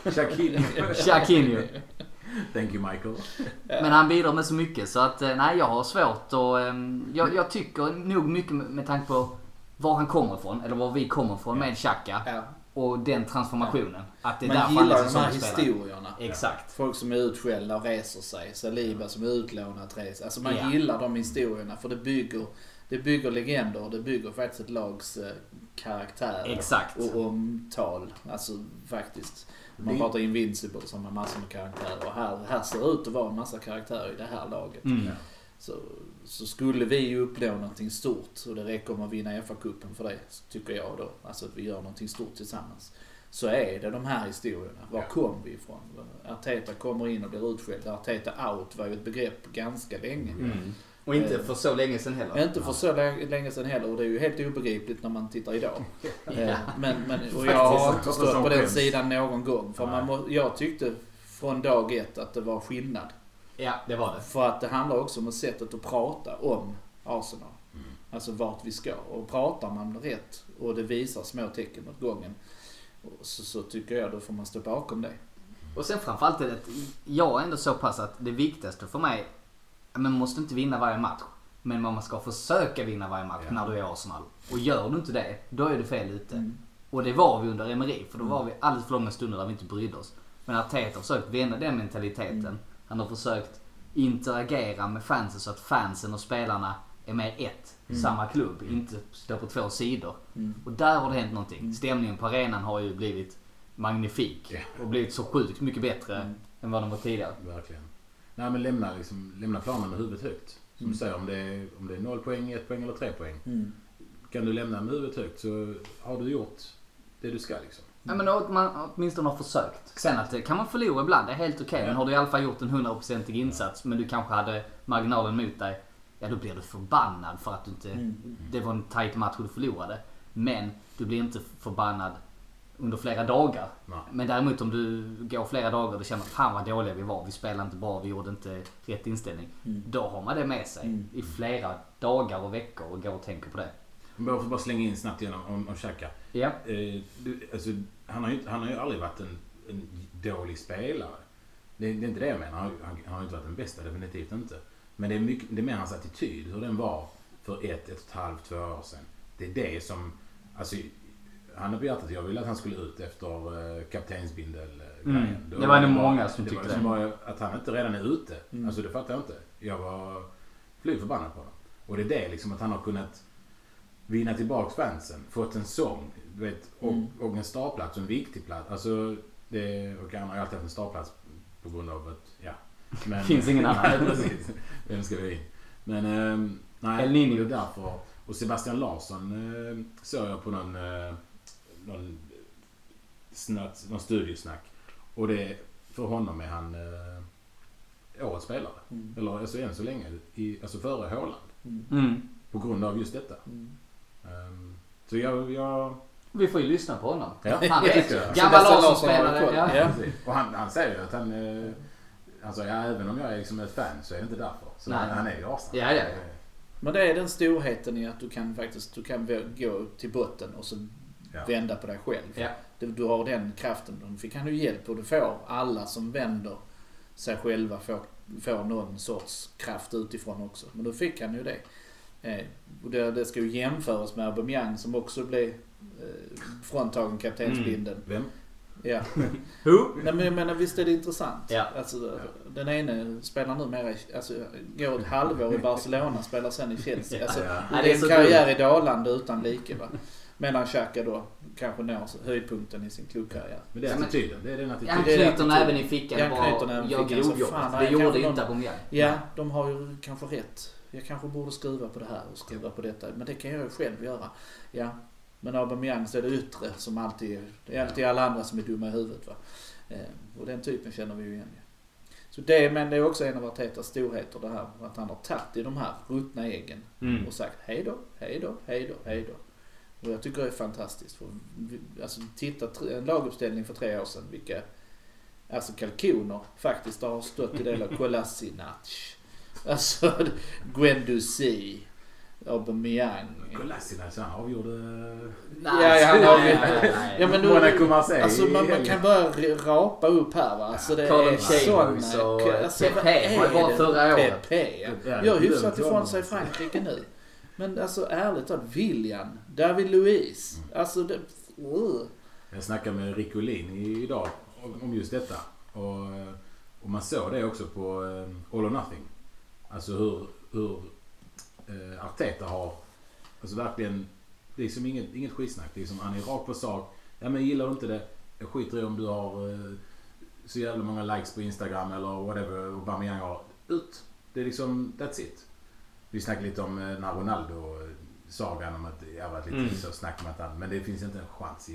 Shaquinho. Thank you Michael. Men han bidrar med så mycket så att nej, jag har svårt och jag tycker nog mycket med tanke på var han kommer ifrån eller var vi kommer ifrån med Xhaka och den transformationen. Att det är man gillar de här historierna. Exakt. Folk som är utskällda och reser sig. Saliba som är utlånat reser. Alltså man gillar de historierna för det bygger legender och det bygger faktiskt ett lags karaktär. Exakt. Och omtal. Alltså faktiskt. Man pratar Invincible som har massor med karaktärer. Och här ser det ut att vara en massa karaktärer i det här laget. Så skulle vi ju uppnå någonting stort och det räcker om att vinna FA-cupen för det, tycker jag då. Alltså att vi gör någonting stort tillsammans. Så är det de här historierna. Var kom vi ifrån? Arteta kommer in och blir utskälld. Arteta out var ju ett begrepp ganska länge. Och inte för så länge sedan heller. Inte för så länge sedan heller. Och det är ju helt obegripligt när man tittar idag. Och jag har inte stått på den sidan någon gång. För jag tyckte från dag 1 att det var skillnad. Ja, det var det. För att det handlar också om sättet att prata om Arsenal. Alltså vart vi ska. Och pratar man rätt och det visar små tecken mot gången så tycker jag då får man stå bakom det. Och sen framförallt är det att jag är ändå så pass att det viktigaste för mig, man måste inte vinna varje match. Men man ska försöka vinna varje match när du är Arsenal. Och gör du inte det, då är du fel ute. Och det var vi under Emery, för då var vi alldeles för långa stunder där vi inte brydde oss. Men Arteta har försökt vända den mentaliteten. Han har försökt interagera med fansen så att fansen och spelarna är mer samma klubb, inte står på 2 sidor. Och där har det hänt någonting. Stämningen på arenan har ju blivit magnifik och blivit så sjukt mycket bättre än vad de var tidigare. Verkligen. Nej, men lämna planen med huvudet högt. Som du säger, om det är 0 poäng, 1 poäng eller 3 poäng. Kan du lämna med huvudet högt så har du gjort det du ska liksom. Ja, men man åtminstone har försökt. Sen att kan man förlora ibland, det är helt okej. Men har du i alla fall gjort en 100% insats men du kanske hade marginalen mot dig, ja då blir du förbannad för att du inte det var en tight match och du förlorade. Men du blir inte förbannad under flera dagar. Nej. Men däremot om du går flera dagar och du känner att fan vad dåliga vi var, vi spelade inte bra, vi gjorde inte rätt inställning. Då har man det med sig i flera dagar och veckor och går och tänker på det. Jag får bara slänga in snabbt igen om Xhaka. Ja. Alltså, han har ju aldrig varit en dålig spelare. Det är inte det jag menar. Han har inte varit den bästa, definitivt inte. Men det är mer hans attityd, hur den var för 1,5, 2 år sedan. Det är det som, alltså, han har begärt att jag ville att han skulle ut efter kaptensbindel-grejen. Det var nog många som tyckte det. Var att han inte redan är ute. Alltså det fattar jag inte. Jag var fly förbannad på honom. Och det är det liksom att han har kunnat vinna tillbaks fansen, fått en sång, du vet, och en startplats, en viktig plats. Alltså, och han har ju alltid haft en startplats på grund av att, ja. Men, finns ingen annan. Nej, precis. Vem ska vi in? Men, nej, El Niño. det är därför. Och Sebastian Larsson såg jag på någon studiosnack. Och det, för honom är han årets spelare. Eller alltså än så länge, alltså före Haaland. På grund av just detta. Så jag Vi får ju lyssna på honom. Ja, Han det är tycker jag. gammal Larsson-spelare. Ja. Ja. Och han säger ju att han sa, även om jag är liksom ett fan så är det inte därför. Så han är ju Arsenal. Ja. Men det är den storheten i att du kan gå till botten och så vända på dig själv. Ja. Du har den kraften. Då fick han ju hjälp och du får alla som vänder sig själva får någon sorts kraft utifrån också. Men då fick han ju det. Och det ska ju jämföras med Aubameyang som också blev fråntagen kaptensbindeln. Vem? Ja. Nej, men jag menar, visst är det intressant. Ja. Alltså, den ene spelar nu mer, alltså, går ett halvår i Barcelona, spelar sen i Chelsea. Alltså, det är en karriär i dalande utan like, va. Medan Xhaka då kanske når höjdpunkten i sin klubbkarriär. Men det är attityden. Det är den attityden. Han knyter näven i fickan och jag grovjobbet. Det gjorde inte Aubameyang. Ja, de har ju kanske rätt. Jag kanske borde skruva på det här och skruva på detta. Men det kan jag ju själv göra. Ja. Men Aubameyang så är det yttre som alltid. Det är alltid alla andra som är dumma i huvudet, va. Och den typen känner vi ju igen. Så men det är också en av Artetas storheter det här. Att han har tagit i de här ruttna äggen. Och sagt hej då. Och jag tycker det är fantastiskt. För, alltså titta en laguppställning för 3 år sedan. Vilka alltså kalkoner faktiskt har stått i del av Kolasinac. Alltså Guendouzi. Aubameyang. Kolasinac, han avgjorde... Nej, han Ja, men Monaco Marseille. Alltså man kan bara rapa upp här, va. Alltså det är sån... Alltså Pepe var bara förra året. Pepe. Jag hyfsat ifrån sig Frankrike nu. Men alltså ärligt talat, Willian, David Luiz. Alltså det... Jag snackade med Ricolin idag om just detta. Och man såg det också på All or Nothing. Alltså hur Arteta har alltså verkligen, det är liksom inget skitsnack. Det är som han är rakt på sak. Ja, men gillar du inte det, jag skiter i om du har så jävla många likes på Instagram eller whatever Aubameyang har. Ut. Det är liksom, that's it. Vi snackade lite om när Ronaldo-sagan om att jag varit lite så snack med att han, men det finns inte en chans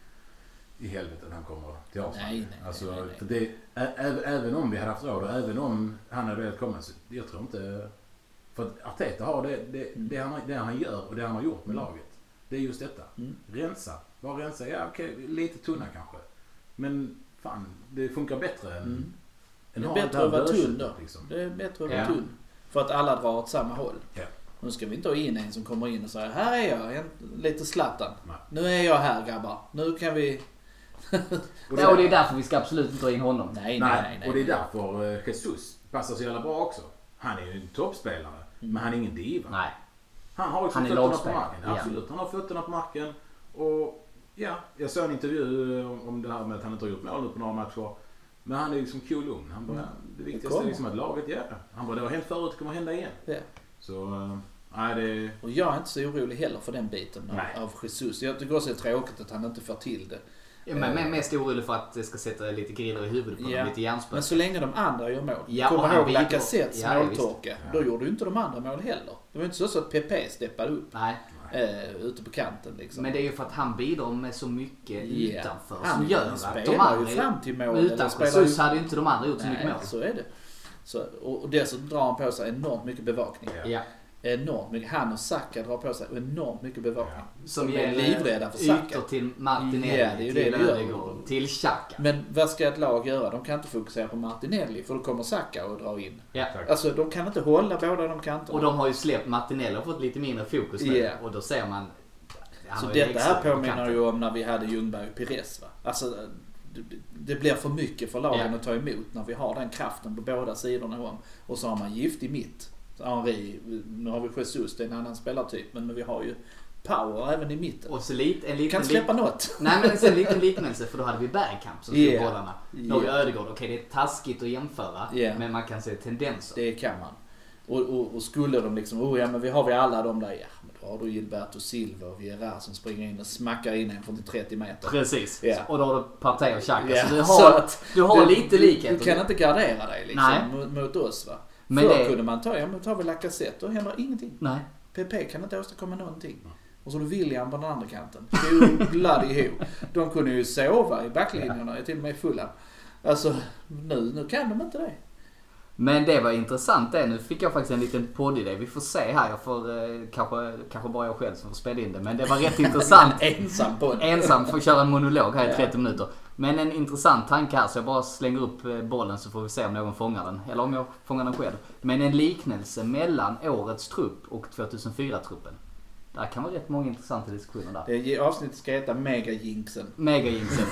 i helvetet att han kommer till Arsenal. Nej. För det, även om vi hade haft råd och även om han hade velat komma, så jag tror inte. För att Arteta har det han gör och det han har gjort med laget. Det är just detta. Rensa. Bara rensa. Ja, okej, lite tunna kanske. Men fan, det funkar bättre än det är bättre att vara tunn då. Liksom. Det är bättre att vara tunn. För att alla drar åt samma håll. Ja. Nu ska vi inte ha in en som kommer in och säger här är jag, lite Zlatan. Nej. Nu är jag här, grabbar. Nu kan vi... och det är därför vi ska absolut inte dra in honom. Nej. Och det är därför Jesus passar så jävla bra också. Han är ju en toppspelare, men han är ingen diva. Nej. Han har också fötterna på marken. Absolut, han har fötterna på marken. Och ja, jag såg en intervju om det här med att han inte har gjort mål på några matcher. Men han är liksom cool lugn. Han bara, det viktigaste är liksom att laget han bara, det har hänt förut, det kommer hända igen. Ja. Så, det... Och jag är inte så orolig heller för den biten av Jesus. Jag tycker också det är tråkigt att han inte får till det. Ja, men mest orolig för att det ska sätta lite griller i huvudet på dem, lite hjärnspöken. Men så länge de andra gör mål. Kommer ihåg Lacazettes måltorka. Då gjorde ju inte de andra mål heller. Det var inte så att Pepe steppade upp. Nej. Ute på kanten liksom. Men det är ju för att han bidrar med så mycket utanför som gör att de andra ju fram till mål. Utan Jesus hade ju inte de andra gjort så mycket mål. Så är det. Så, och dessutom drar han på sig enormt mycket bevakning. Ja. Enormt mycket. Han och Saka drar på sig enormt mycket bevakning. Ja. Som är livrädda för Saka. Ytor till Martinelli, till Ödegaard, till Xhaka. Men vad ska ett lag göra? De kan inte fokusera på Martinelli för då kommer Saka och dra in. Ja. Alltså de kan inte hålla båda de kanterna. Och de har ju släppt Martinelli och fått lite mindre fokus nu. Yeah. Och då ser man... Så detta här påminner ju om när vi hade Ljungberg och Pires, va? Alltså det blir för mycket för lagen att ta emot när vi har den kraften på båda sidorna om. Och så har man gift i mitt. Henri, nu har vi Jesus, det är en annan spelartyp, men vi har ju power även i mitten. Och så en liten kan släppa något. Nej, men en liten liknelse, för då hade vi Bergkamp som slog bollarna. Då har vi Ödegaard. Okej, det är taskigt att jämföra, men man kan se tendenser. Det kan man. Och skulle de liksom, ja men vi har alla de där, ja men då har du Gilberto Silva och Vieira som springer in och smackar in en från 30 meter. Precis. Ja. Och då har du Partey och Xhaka. Ja. Så du har lite likhet. Du kan inte gardera dig liksom mot oss va. Men Förr kunde man då tar vi Lacazette och händer ingenting. Nej. PP kan inte åstadkomma någonting. Och så har du William på den andra kanten. Bloody ho. De kunde ju sova i backlinjerna, till och med fulla. Alltså, nu kan de inte det. Men det var intressant det. Nu fick jag faktiskt en liten poddidé. Vi får se här. Jag får kanske bara jag själv som får spela in det. Men det var rätt intressant. Ensam får köra en monolog här i 30 minuter. Men en intressant tanke här. Så jag bara slänger upp bollen så får vi se om någon fångar den. Eller om jag fångar den själv. Men en liknelse mellan årets trupp och 2004-truppen. Där kan vara rätt många intressanta diskussioner där. Det avsnittet ska heta Mega-jinxen. Mega-jinxen.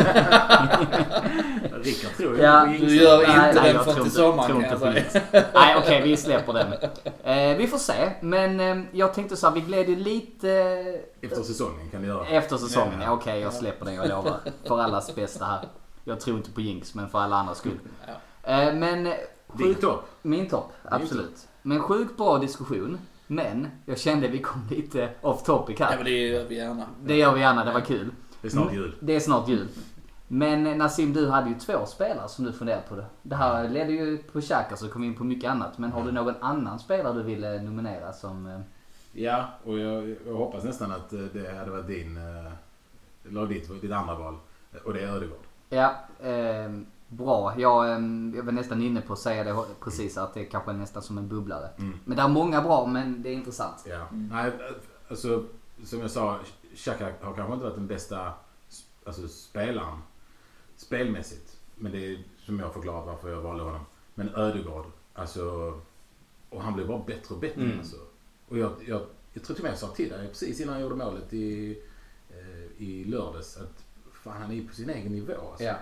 Rickard tror jag. Ja, du gör inte den för till sommaren kan jag säga. Nej, okej, vi släpper den. Vi får se. Men jag tänkte så här, vi gled ju lite... Efter säsongen kan du göra. Efter säsongen, ja. Okej, jag släpper den, jag lovar. För allas bästa här. Jag tror inte på jinx, men för alla andras skull. Men... Din topp. Min topp, absolut. Men sjukt bra diskussion. Men jag kände vi kom lite off topic här. Ja, men det gör vi gärna. Det gör vi gärna, det var kul. Det är snart jul. Det är snart jul. Men Nassim, du hade ju 2 spelare som du funderade på det. Det här ledde ju på Xhaka så kom vi in på mycket annat. Men har du någon annan spelare du ville nominera som... Ja, och jag hoppas nästan att det hade varit ditt andra val. Och det är Ödegaard. Ja, bra. Jag var nästan inne på att säga det precis, att det är kanske nästan som en bubblare. Men det är många bra, men det är intressant. Ja. Nej, alltså som jag sa, Xhaka har kanske inte varit den bästa spelaren spelmässigt. Men det är som jag har förklarat varför jag valde honom. Men Ödegaard, alltså, och han blev bara bättre och bättre. Alltså. Och jag tror till och med jag sa till dig precis innan jag gjorde målet i lördags att fan, han är på sin egen nivå. Alltså. Ja.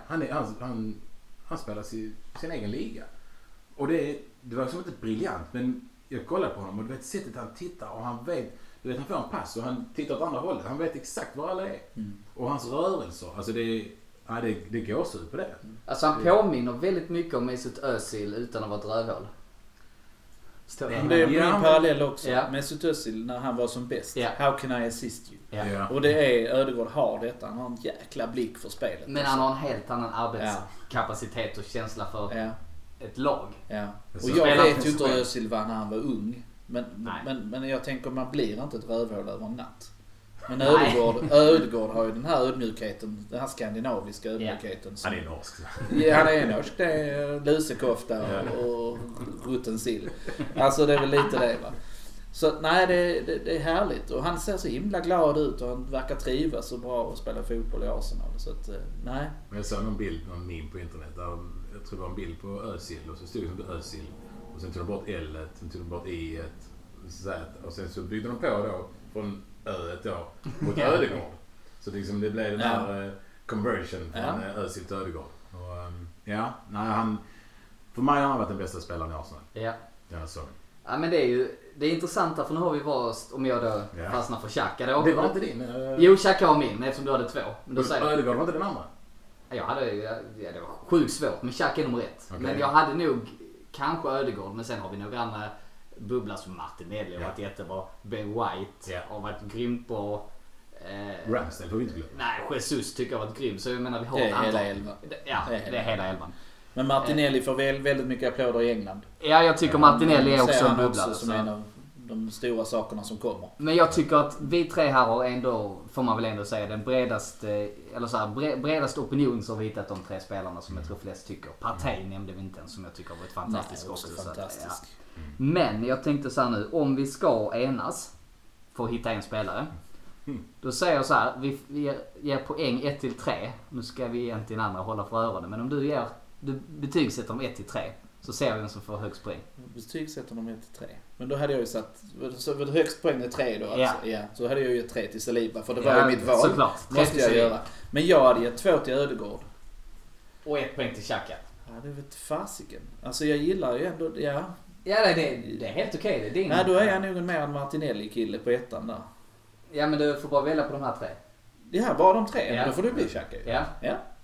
Han spelar sin egen liga. Och det var som inte briljant, men jag kollar på honom och du vet sättet han tittar och han vet, du vet han får en pass och han tittar åt andra hållet. Han vet exakt var alla är. Och hans rörelser, alltså det går så ut på det. Alltså han påminner väldigt mycket om Mesut Özil utan att vara ett rövhål. Det är min parallell också. Ja. Mesut Özil när han var som bäst. Ja. How can I assist you? Ja. Och det är Ödegaard har detta. Han har en jäkla blick för spelet. Men han har en helt annan arbetskapacitet och känsla för ett lag. Ja. Och jag vet ju inte hur Özil var när han var ung. Men jag tänker man blir inte ett rövhål över en natt. Men Ödegaard har ju den här ödmjukheten, den här skandinaviska ödmjukheten. Han är norsk. Ja, han är norsk. Det är lusekofta och rutten sill. Alltså det är väl lite det va. Så nej, det är härligt. Och han ser så himla glad ut och han verkar trivas så bra och spela fotboll i Arsenal. Så att, nej. Jag såg någon meme på internet där jag tror det var en bild på Özil och så stod det som Özil. Och sen tog de bort L-et, sen tog de bort I-et, Z och sen så byggde de på då från Ö-et då mot Ödegaard. Så liksom det blev den här conversion från Özil till Ödegaard. Och för mig har han varit den bästa spelaren i Arsenal. Ja. Ja, så. Ja, men det är intressanta för nu har vi varit, om jag då fastnar för Xhaka då. Det var inte din? Jo, Xhaka var min, eftersom du hade 2. Men då Ödegaard var inte den andra? Det var sjukt svårt, men Xhaka är nummer 1. Okay. Men jag hade nog kanske Ödegaard, men sen har vi några andra bubblar som Martinelli har varit jättebra. Ben White har varit grymt bra. Ramsdale får vi inte glömma. Nej, Jesus tycker jag har varit grym. Så jag menar vi har det är hela elvan. Ja, det är hela elvan. Men Martinelli får väldigt mycket applåder i England. Ja, jag tycker Martinelli är också en bubblare. Som en av de stora sakerna som kommer. Men jag tycker att vi 3 här har ändå, får man väl ändå säga, den bredaste, eller så här, bredaste opinion som vi hittat de 3 spelarna som jag tror flest tycker. Partey nämnde vi inte än, som jag tycker har varit fantastisk också. Fantastisk. Men jag tänkte så här nu, om vi ska enas för att hitta en spelare. Då säger jag så här, vi ger poäng 1-3. Nu ska vi egentligen andra hålla för öronen. Men om du betygsätter dem 1-3 så ser vi vem som får högst poäng. Betygsätter dem 1-3. Men då hade jag ju satt, så högst poäng är 3 då alltså. Ja. Så hade jag ju 3 till Saliba, för det var ju mitt val. Såklart. Måste jag göra. Men jag hade gett 2 till Ödegaard. Och 1 poäng till Xhaka. Ja, det vet fasiken. Alltså jag gillar ju ändå, Ja, det är helt okej. Det är nej, då är jag nog en mer en Martinelli-kille på 1 där. Ja, men du får bara välja på de här 3. Det här bara de 3, men då får du bli Xhaka. Ja.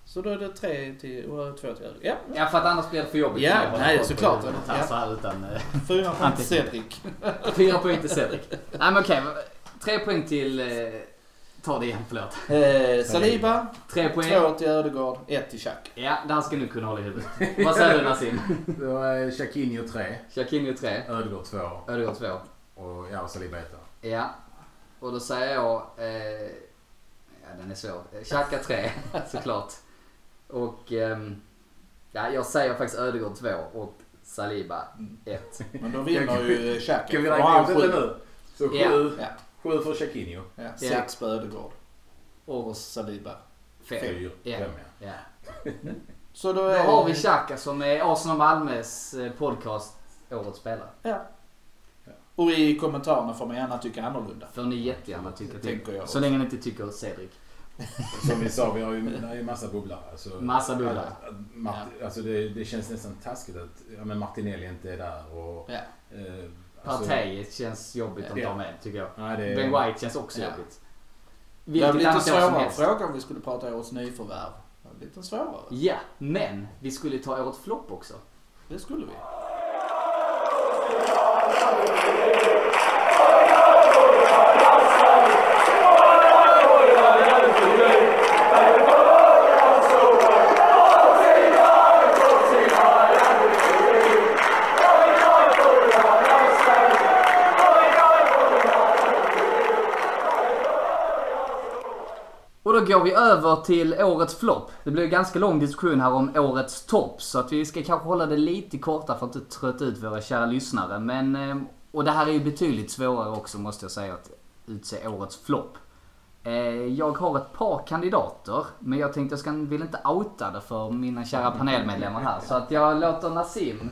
Så då är det 3 till och 2 till Ödegård. Ja, för att annars blir det för jobbigt. Ja, nej, såklart. Så här utan... 4 poäng till Cedric. 4 poäng till Cedric. Nej men okej, 3 poäng till... Ta det igen, förlåt. Saliba, 3 poäng. 2 till Ödegård, 1 till Xhaka. Ja, det här ska du kunna hålla i huvudet. Vad säger du, Nassim? Det var Shaquinho 3. Shaquinho 3. Ödegård 2. Ödegård 2. Och Saliba 1. Ja. Och då säger jag... ja, den är svår. Xhaka 3, såklart. Och... ja, jag säger faktiskt Ödegård 2 och Saliba 1. Men då vinner ju Xhaka. Kan vi räkna upp det nu? Så 7. Ja. 7 för Shaquinho. Ja, 6 på Ödegård. Och Saliba. 5. 4. Ja. 5, Ja. Så Då har vi Xhaka som är Arsenal Malmös podcast årets spelare. Ja. Och i kommentarerna får man gärna tycka annorlunda. Får ni jättegärna tycka Tänker till. jag Så länge ni inte tycker Cedric. Som vi sa, vi har ju massa bubblare. Alltså, Massa bubblare. Alltså det känns nästan taskigt att Martinelli inte är där. Och, Ja. Partey känns jobbigt att ta med, tycker jag. Nej, Ben White känns också jobbigt. Det är lite annat år som svårare helst. fråga om vi skulle prata årets nyförvärv. Det är lite svårare. Ja, men vi skulle ta årets flopp också. Det skulle vi. Och då går vi över till årets flopp. Det blir ganska lång diskussion här om årets topp. Så att vi ska kanske hålla det lite korta för att inte trötta ut våra kära lyssnare. Men, och det här är ju betydligt svårare också, måste jag säga, att utse årets flopp. Jag har ett par kandidater, men jag tänkte jag vill inte outa det för mina kära panelmedlemmar här. Så att jag låter Nassim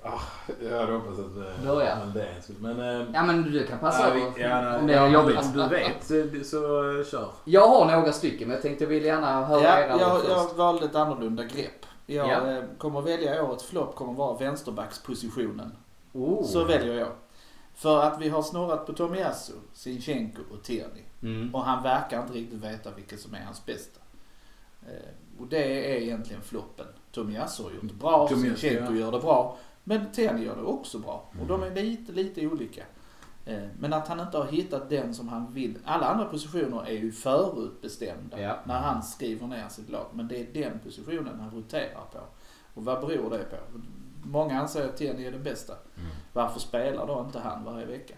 jag hoppas att börja. Men, Ja, men du kan passa över om det är är jobbigt. Om du vet så kör. Jag har några stycken, men jag tänkte jag vill gärna höra era först. Jag valde ett annorlunda grepp. Jag Ja. kommer välja årets flopp kommer vara vänsterbackspositionen. Oh. Så väljer jag. För att vi har snurrat på Tomiyasu, Zinchenko och Tierney. Mm. Och han verkar inte riktigt veta vilket som är hans bästa. Och det är egentligen floppen. Tomiyasu har gjort det bra, Zinchenko gör det bra. Men Tierney gör det också bra. Och de är lite olika. Men att han inte har hittat den som han vill. Alla andra positioner är ju förutbestämda när han skriver ner sitt lag. Men det är den positionen han roterar på. Och vad beror det på? Många anser att Tierney är den bästa. Varför spelar då inte han varje vecka?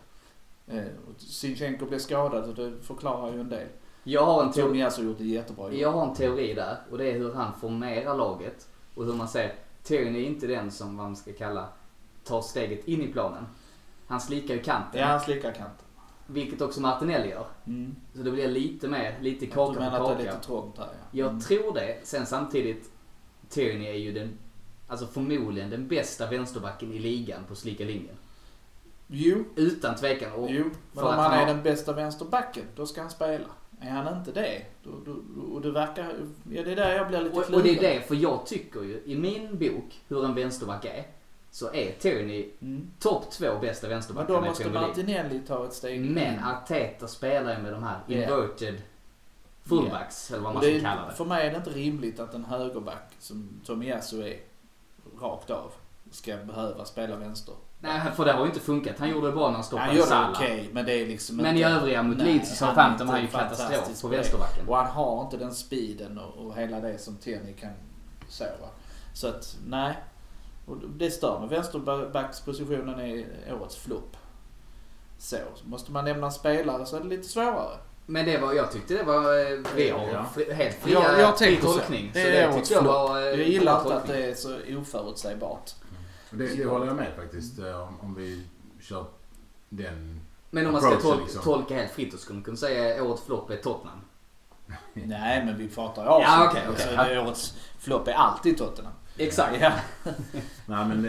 Zinchenko blev skadad och det förklarar ju en del. Jag har en Tomiyasu har gjort det jättebra jobb. Jag har en teori där, och det är hur han formerar laget och hur man säger Tierney är inte den som man ska kalla tar steget in i planen. Han slickar ju kanten. Ja, han slickar kanten. Vilket också Martinelli gör. Så det blir lite kaka på kaka. kaka. Det är lite trångt här, ja. Jag tror det. Sen samtidigt, Tierney är ju förmodligen den bästa vänsterbacken i ligan på slicka linjen. Jo. Utan tvekan. Och men om han är den bästa vänsterbacken, då ska han spela. Är han inte det, och det verkar... Ja, det är där jag blir lite kluven. Och det är det, för jag tycker ju, i min bok, hur en vänsterback är, så är Tierney topp 2 bästa vänsterbacken. Men då måste Martinelli ta ett steg. Men Arteta spelar ju med de här inverted fullbacks, eller vad man ska kalla det. För mig är det inte rimligt att en högerback, som Tomiyasu är, rakt av, ska behöva spela vänster. Nej, för det har ju inte funkat. Han gjorde det bra när han stoppade Salah. Salah. Han gjorde det okej, men det är liksom men inte... i övriga mot Leeds och Southampton var han ju katastrof på vänsterbacken. Och han har inte den speeden och hela det som Tierney kan säga. Så att, nej. Och det stör mig. Vänsterbackspositionen är årets flopp. Så måste man nämna spelare så är det lite svårare. Men det var, jag tyckte det var helt fri tolkning. Det är årets flopp. Jag gillar inte att det är så oförutsägbart. Det håller jag med faktiskt, om vi kör den. Men om man ska tolka helt fritt, så skulle man kunna säga årets flopp är Tottenham. Nej, men vi pratar Arsenal. Ja, okej. Årets flopp är alltid Tottenham. Exakt. Ja. Nej, men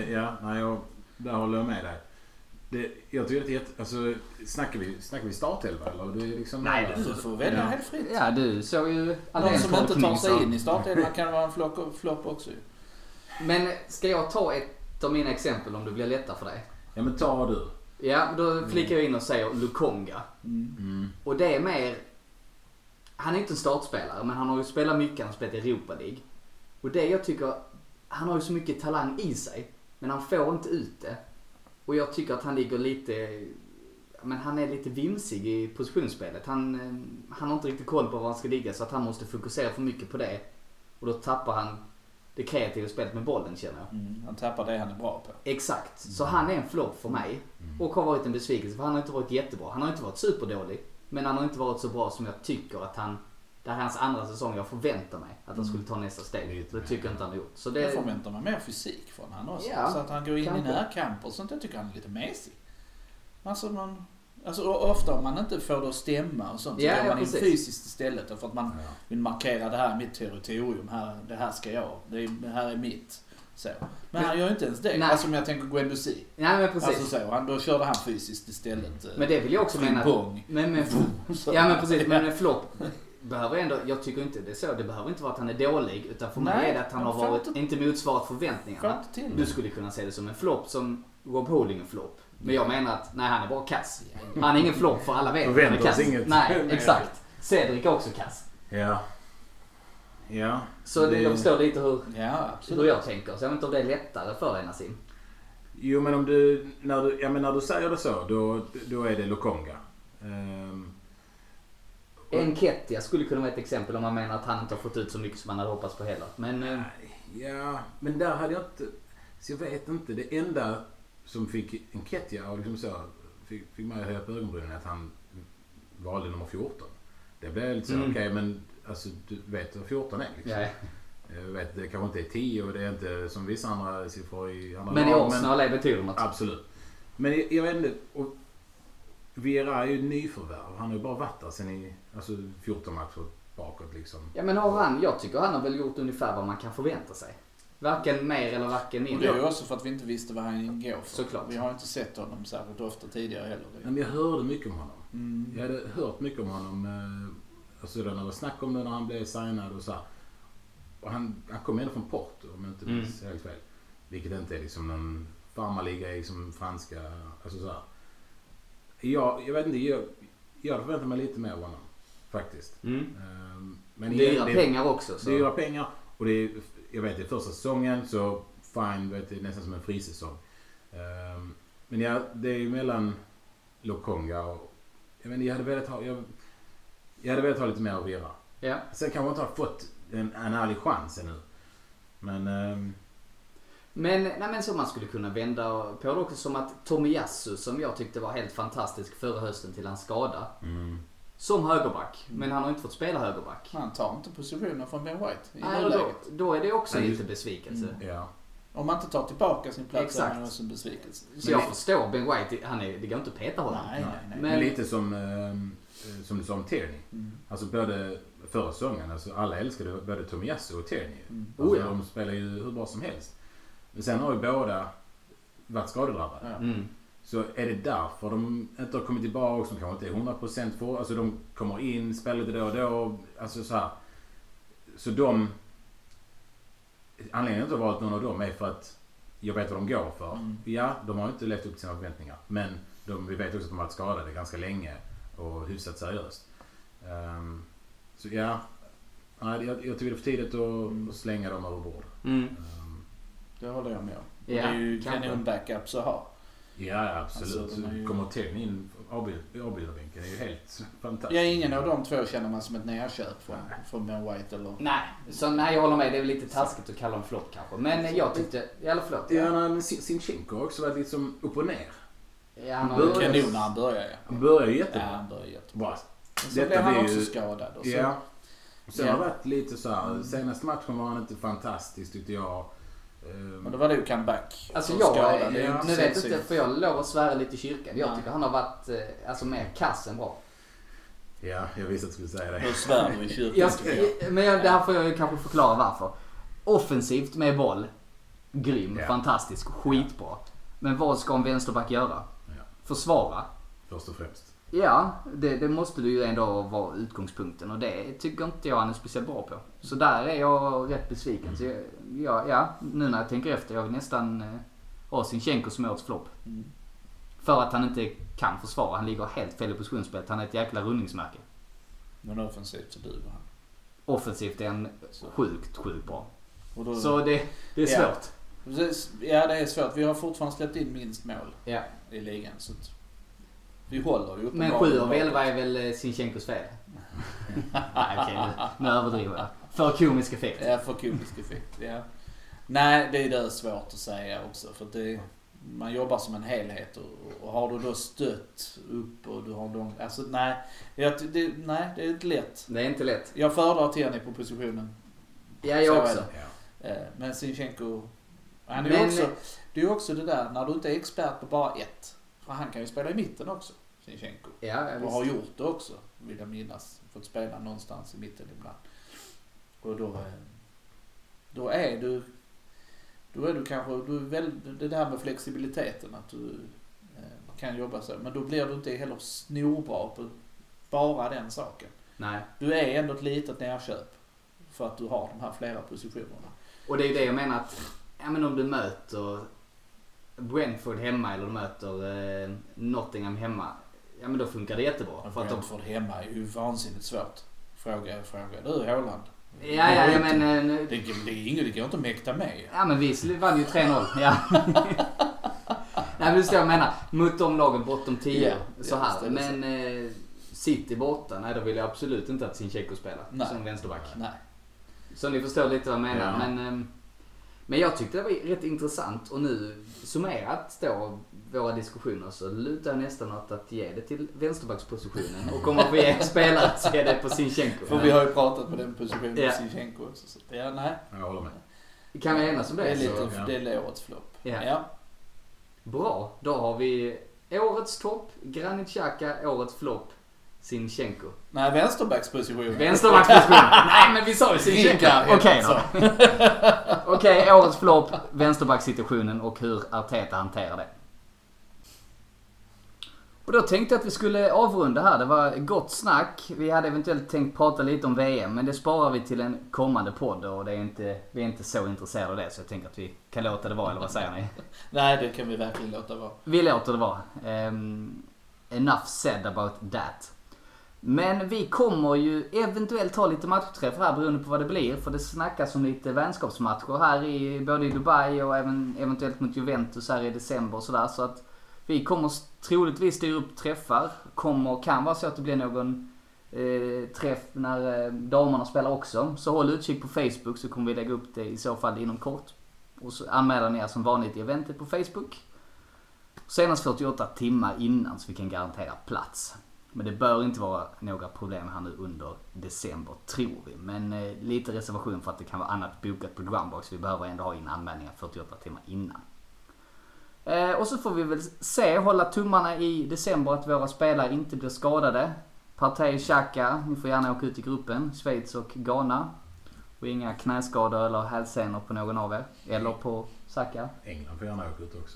där håller jag med dig. Jag tycker att alltså, snackar vi startelva eller? Det är liksom, nej, du får välja helt fritt. Ja, du såg ju någon som inte tar sig in i startelva kan vara en flopp också. Men ska jag ta ett av mina exempel om det blir lättare för dig? Ja, men ta du. Ja, då flickar jag in och säger Lukonga. Och det är mer... Han är inte en startspelare, men han har ju spelat mycket. Han har spelat i Europa League. Och det jag tycker, han har ju så mycket talang i sig, men han får inte ut det. Och jag tycker att han ligger lite, men han är lite vimsig i positionsspelet. Han har inte riktigt koll på var han ska ligga, så att han måste fokusera för mycket på det. Och då tappar han det kreativa spelet med bollen, känner jag. Han tappar det han är bra på. Exakt. Så han är en flopp för mig. Och har varit en besvikelse, för han har inte varit jättebra. Han har inte varit superdålig, men han har inte varit så bra som jag tycker att han... Det här är hans andra säsong, jag förväntar mig att han skulle ta nästa steg. Det tycker jag inte han har gjort. Så det... Jag förväntar mig mer fysik från han också. Ja, så att han går in i närkamp och sånt. Jag tycker han är lite mesig. Alltså ofta om man inte får det att stämma och sånt, så går man in fysiskt istället. För att man vill markera, det här är mitt territorium, det här ska jag, det här är mitt. Så. Men han gör inte ens det. Alltså om jag tänker Guendouzi. Nej, men precis. Alltså så, då körde han fysiskt istället. Men det vill jag också mena. Men precis, men en flopp behöver ändå, jag tycker inte det är så, det behöver inte vara att han är dålig, utan för mig är det att han har varit inte motsvarat förväntningarna. Du skulle kunna se det som en flopp, som Rob Holding en flopp. Men jag menar att nej, han är bara kass. Han är ingen flopp, för alla vet att han är kass. Nej, exakt. Cedric är också kass. Ja. Så det, jag förstår lite hur jag tänker. Så jag vet inte om det är lättare för dig, Nassim. Jo, men när du säger det så, då är det Lokonga. Enketia skulle kunna vara ett exempel om man menar att han inte har fått ut så mycket som man hade hoppats på heller. Men men där hade jag inte... Så jag vet inte. Det enda som fick Enketia och liksom så fick mig att höja på ögonbrynen att han valde nummer 14. Det blev lite så, okej, men alltså, du vet vad 14 är liksom. Ja. Jag vet, det kanske inte är 10 och det är inte som vissa andra siffror i andra men i Arsenal är betyder något. Absolut. Men jag vet inte, och Vieira är ju nyförvärv. Han har ju bara varit där sen i 14 matcher bakåt liksom. Ja, men jag tycker han har väl gjort ungefär vad man kan förvänta sig. Varken mer eller varken mindre. Och det är ju också för att vi inte visste vad han går för. Såklart. Vi har inte sett honom särskilt ofta tidigare heller. Men jag hörde mycket om honom. Jag hade hört mycket om honom. När det var snack om det när han blev signad och så här. Och han kom ändå från Porto, om jag inte minns helt fel. Vilket inte är liksom någon farmarliga i som franska, alltså så här. Jag vet inte, jag förväntar mig lite mer av honom faktiskt. Men dyra pengar också. Så. Dyra pengar, och det är, jag vet, det är första säsongen, så fine, vet, det är nästan som en frisäsong. Men det är ju mellan Lokonga och jag vet inte, jag hade velat ha lite mer av Vieira. Ja. Sen kanske inte har fått en ärlig chans ännu. Men så man skulle kunna vända på det också, som att Tomiyasu, som jag tyckte var helt fantastisk förra hösten till hans skada. Som högerback, men han har inte fått spela högerback. Han tar inte positionen från Ben White i då är det också lite besvikelse. Ja. Om man inte tar tillbaka sin plats, så är det också en besvikelse. Så jag förstår Ben White, det går inte att peta honom. Nej. Men lite som du sa om Tierney. Alltså både förra säsongen, alltså alla älskade både Tomiyasu och Tierney. Alltså, de spelar ju hur bra som helst. Men sen har ju båda varit skadedrabbade. Så är det därför de inte har kommit tillbaka, som kanske inte är 100% för. Alltså de kommer in, spelar lite då och då. Alltså så här. Så anledningen till att ha valt någon av dem är för att jag vet vad de går för. Ja, de har inte levt upp till sina förväntningar. Men vi vet också att de har varit skadade ganska länge och hyfsat seriöst. Så ja, jag tycker det är för tidigt att slänga dem över bord. Det håller jag med om. Ja, det är ju kanon backups att ha. Ja, absolut. Alltså, kommer Tierney in avbytarbänken, det är ju helt fantastiskt. Ja, ingen av de två känner man som ett närköp från Ben White eller... Nej, jag håller med. Det är väl lite taskigt att kalla dem flopp kanske. Men jag tyckte... Eller förlåt. Ja, men Zinchenko också var liksom upp och ner. Ja, kanon när han börjar. Han börjar ju jättebra. Ja, han börjar jättebra. Sen blev han också skadad. Och så. Ja. Sen har det varit lite så här. Senaste matchen var han inte fantastisk, tyckte jag. Men då var det ju comeback. Alltså nu vet inte, för jag lov att svära lite i kyrkan. Jag tycker han har varit mer kass än bra. Ja, jag visste att du skulle säga det. Då svär du i kyrkan. Det här får jag ju kanske förklara varför. Offensivt med boll, grym, fantastisk, skitbra. Men vad ska en vänsterback göra? Försvara. Först och främst. Ja, det måste du ju ändå vara utgångspunkten, och det tycker inte jag han är speciellt bra på. Så där är jag rätt besviken. Så nu när jag tänker efter, jag vill nästan ha Zinchenko som årets flopp. För att han inte kan försvara. Han ligger helt fel i positionsspelet. Han är ett jäkla rundningsmärke. Men offensivt så duger han. Offensivt är han sjukt bra. Och då, Så det är svårt. Ja, det är svårt. Vi har fortfarande släppt in minst mål i ligan. Så att vi håller ju men 7 av 11 är väl Sinchenkos fel? Nej, okej, nu överdriver jag. För komisk effekt. Ja, för komisk effekt, ja. Nej, det är svårt att säga också. För det, man jobbar som en helhet. Och har du då stött upp och du har dem... Alltså nej, det är inte lätt. Det är inte lätt. Jag föredrar Tierney på positionen. Ja, jag också. Men Sinchenko... Han är också, det är också det där, när du inte är expert på bara ett. För han kan ju spela i mitten också, Sinchenko. Ja, och har gjort det också, vill jag minnas. Fått spela någonstans i mitten ibland. Och då är du kanske, det där med flexibiliteten, att du kan jobba så. Men då blir du inte heller snorbra på bara den saken. Nej. Du är ändå ett litet närköp för att du har de här flera positionerna. Och det är det jag menar att, men om du möter Brentford hemma eller du möter Nottingham hemma, men då funkar det jättebra. Men Brentford hemma är ju vansinnigt svårt. Fråga du Håland. Men... Det går inte att mäkta med. Ja, men vi vann ju 3-0. Ja. Nej, men det jag menar. Mot de lagen bortom 10. Så här. Men City borta, nej, då vill jag absolut inte att Sinchenko spelar som vänsterback. Nej. Så ni förstår lite vad jag menar. Ja. Men jag tyckte det var rätt intressant. Och nu summerat då våra diskussioner så lutar jag nästan att ge det till vänsterbackspositionen. Och kommer vi ge spelare så är det på Sinchenko. För vi har ju pratat på den positionen med Sinchenko också. Så nej. Jag håller med. Kan vi enas om det? Det är årets flopp. Ja. Bra, då har vi årets topp, Granit Xhaka, årets flopp, Sinchenko. Nej, vänsterbacksposition. Nej, men vi sa ju Sinchenko. Okej då. Okej, årets flopp, vänsterbacksituationen och hur Arteta hanterar det. Och då tänkte jag att vi skulle avrunda här. Det var gott snack. Vi hade eventuellt tänkt prata lite om VM, men det sparar vi till en kommande podd och vi är inte så intresserade av det, så jag tänker att vi kan låta det vara, eller vad säger ni? Nej, det kan vi verkligen låta vara. Vi låter det vara. Enough said about that. Men vi kommer ju eventuellt ha lite matchträffar här beroende på vad det blir. För det snackas om lite vänskapsmatcher här både i Dubai och även eventuellt mot Juventus här i december och sådär. Så att vi kommer troligtvis styra upp träffar. Kan vara så att det blir någon träff när damerna spelar också. Så håll utkik på Facebook så kommer vi lägga upp det i så fall inom kort. Och så anmäler ni er som vanligt i eventet på Facebook. Senast 48 timmar innan så vi kan garantera plats. Men det bör inte vara några problem här nu under december, tror vi. Men lite reservation för att det kan vara annat bokat på Drumbox. Vi behöver ändå ha in anmälningar 48 timmar innan. Och så får vi väl hålla tummarna i december att våra spelare inte blir skadade. Partey, Xhaka, ni får gärna åka ut i gruppen. Schweiz och Ghana. Och inga knäskador eller hälsenor på någon av er. Eller på Xhaka. England får gärna åka ut också.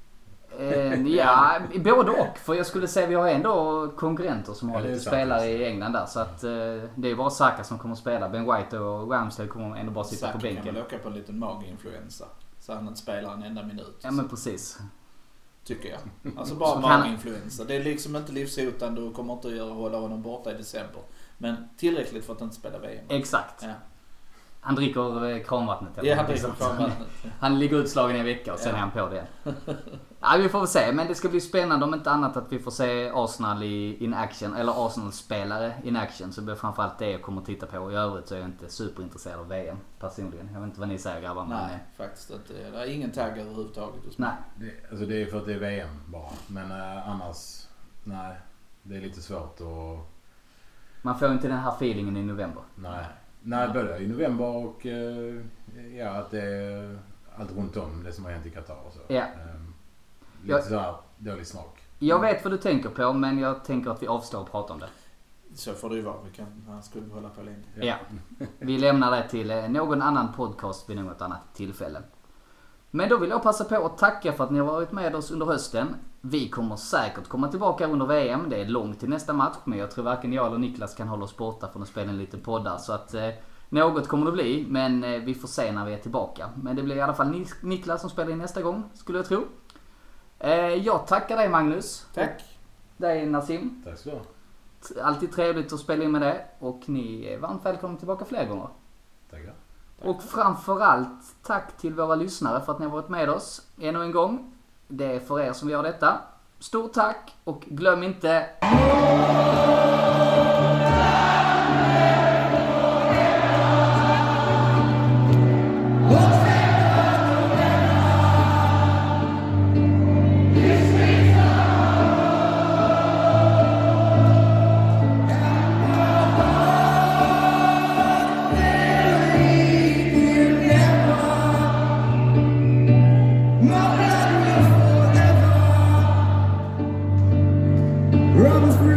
Ja, både och. För jag skulle säga vi har ändå konkurrenter som har lite spelare i England där. Så att det är bara Xhaka som kommer att spela. Ben White och Ramsdale kommer ändå bara sitta på bänken. Xhaka kan väl åka på en liten maginfluensa. Så han inte spelar en enda minut. Ja, men precis. Tycker jag. Alltså bara maginfluensa. Det är liksom inte livshotande och kommer inte att hålla honom borta i december. Men tillräckligt för att inte spela VM. Exakt. Ja. Han dricker kranvattnet. Ja, han dricker kranvattnet. Han ligger utslagen i en vecka och sen är han på det. Ja, vi får väl se. Men det ska bli spännande om inte annat att vi får se Arsenal in action. Eller Arsenal-spelare in action. Så blir framförallt det jag kommer att titta på. I övrigt så är jag inte superintresserad av VM personligen. Jag vet inte vad ni säger, grabbar. Nej, faktiskt inte. Det är ingen tagg överhuvudtaget. Nej. Det är för att det är VM bara. Men annars, nej. Det är lite svårt att... Man får inte den här feelingen i november. Nej, både i november och att det är allt runt om det som har hänt i Qatar och så. Ja. Lite sådär dålig smak. Jag vet vad du tänker på, men jag tänker att vi avstår att prata om det. Så får det ju vara. Han skulle hålla på länge. Ja. Vi lämnar det till någon annan podcast vid något annat tillfälle. Men då vill jag passa på att tacka för att ni har varit med oss under hösten. Vi kommer säkert komma tillbaka under VM. Det är långt till nästa match, men jag tror varken jag eller Niklas kan hålla oss borta från att spela en liten poddar. Så att något kommer det bli, men vi får se när vi är tillbaka. Men det blir i alla fall Niklas som spelar in nästa gång, skulle jag tro. Jag tackar dig, Magnus. Tack. Dig, Nassim. Tack så. Alltid trevligt att spela in med det. Och ni är varmt välkomna tillbaka fler gånger. Tackar. Och framförallt tack till våra lyssnare för att ni har varit med oss ännu en gång. Det är för er som gör detta. Stort tack och glöm inte... Run free.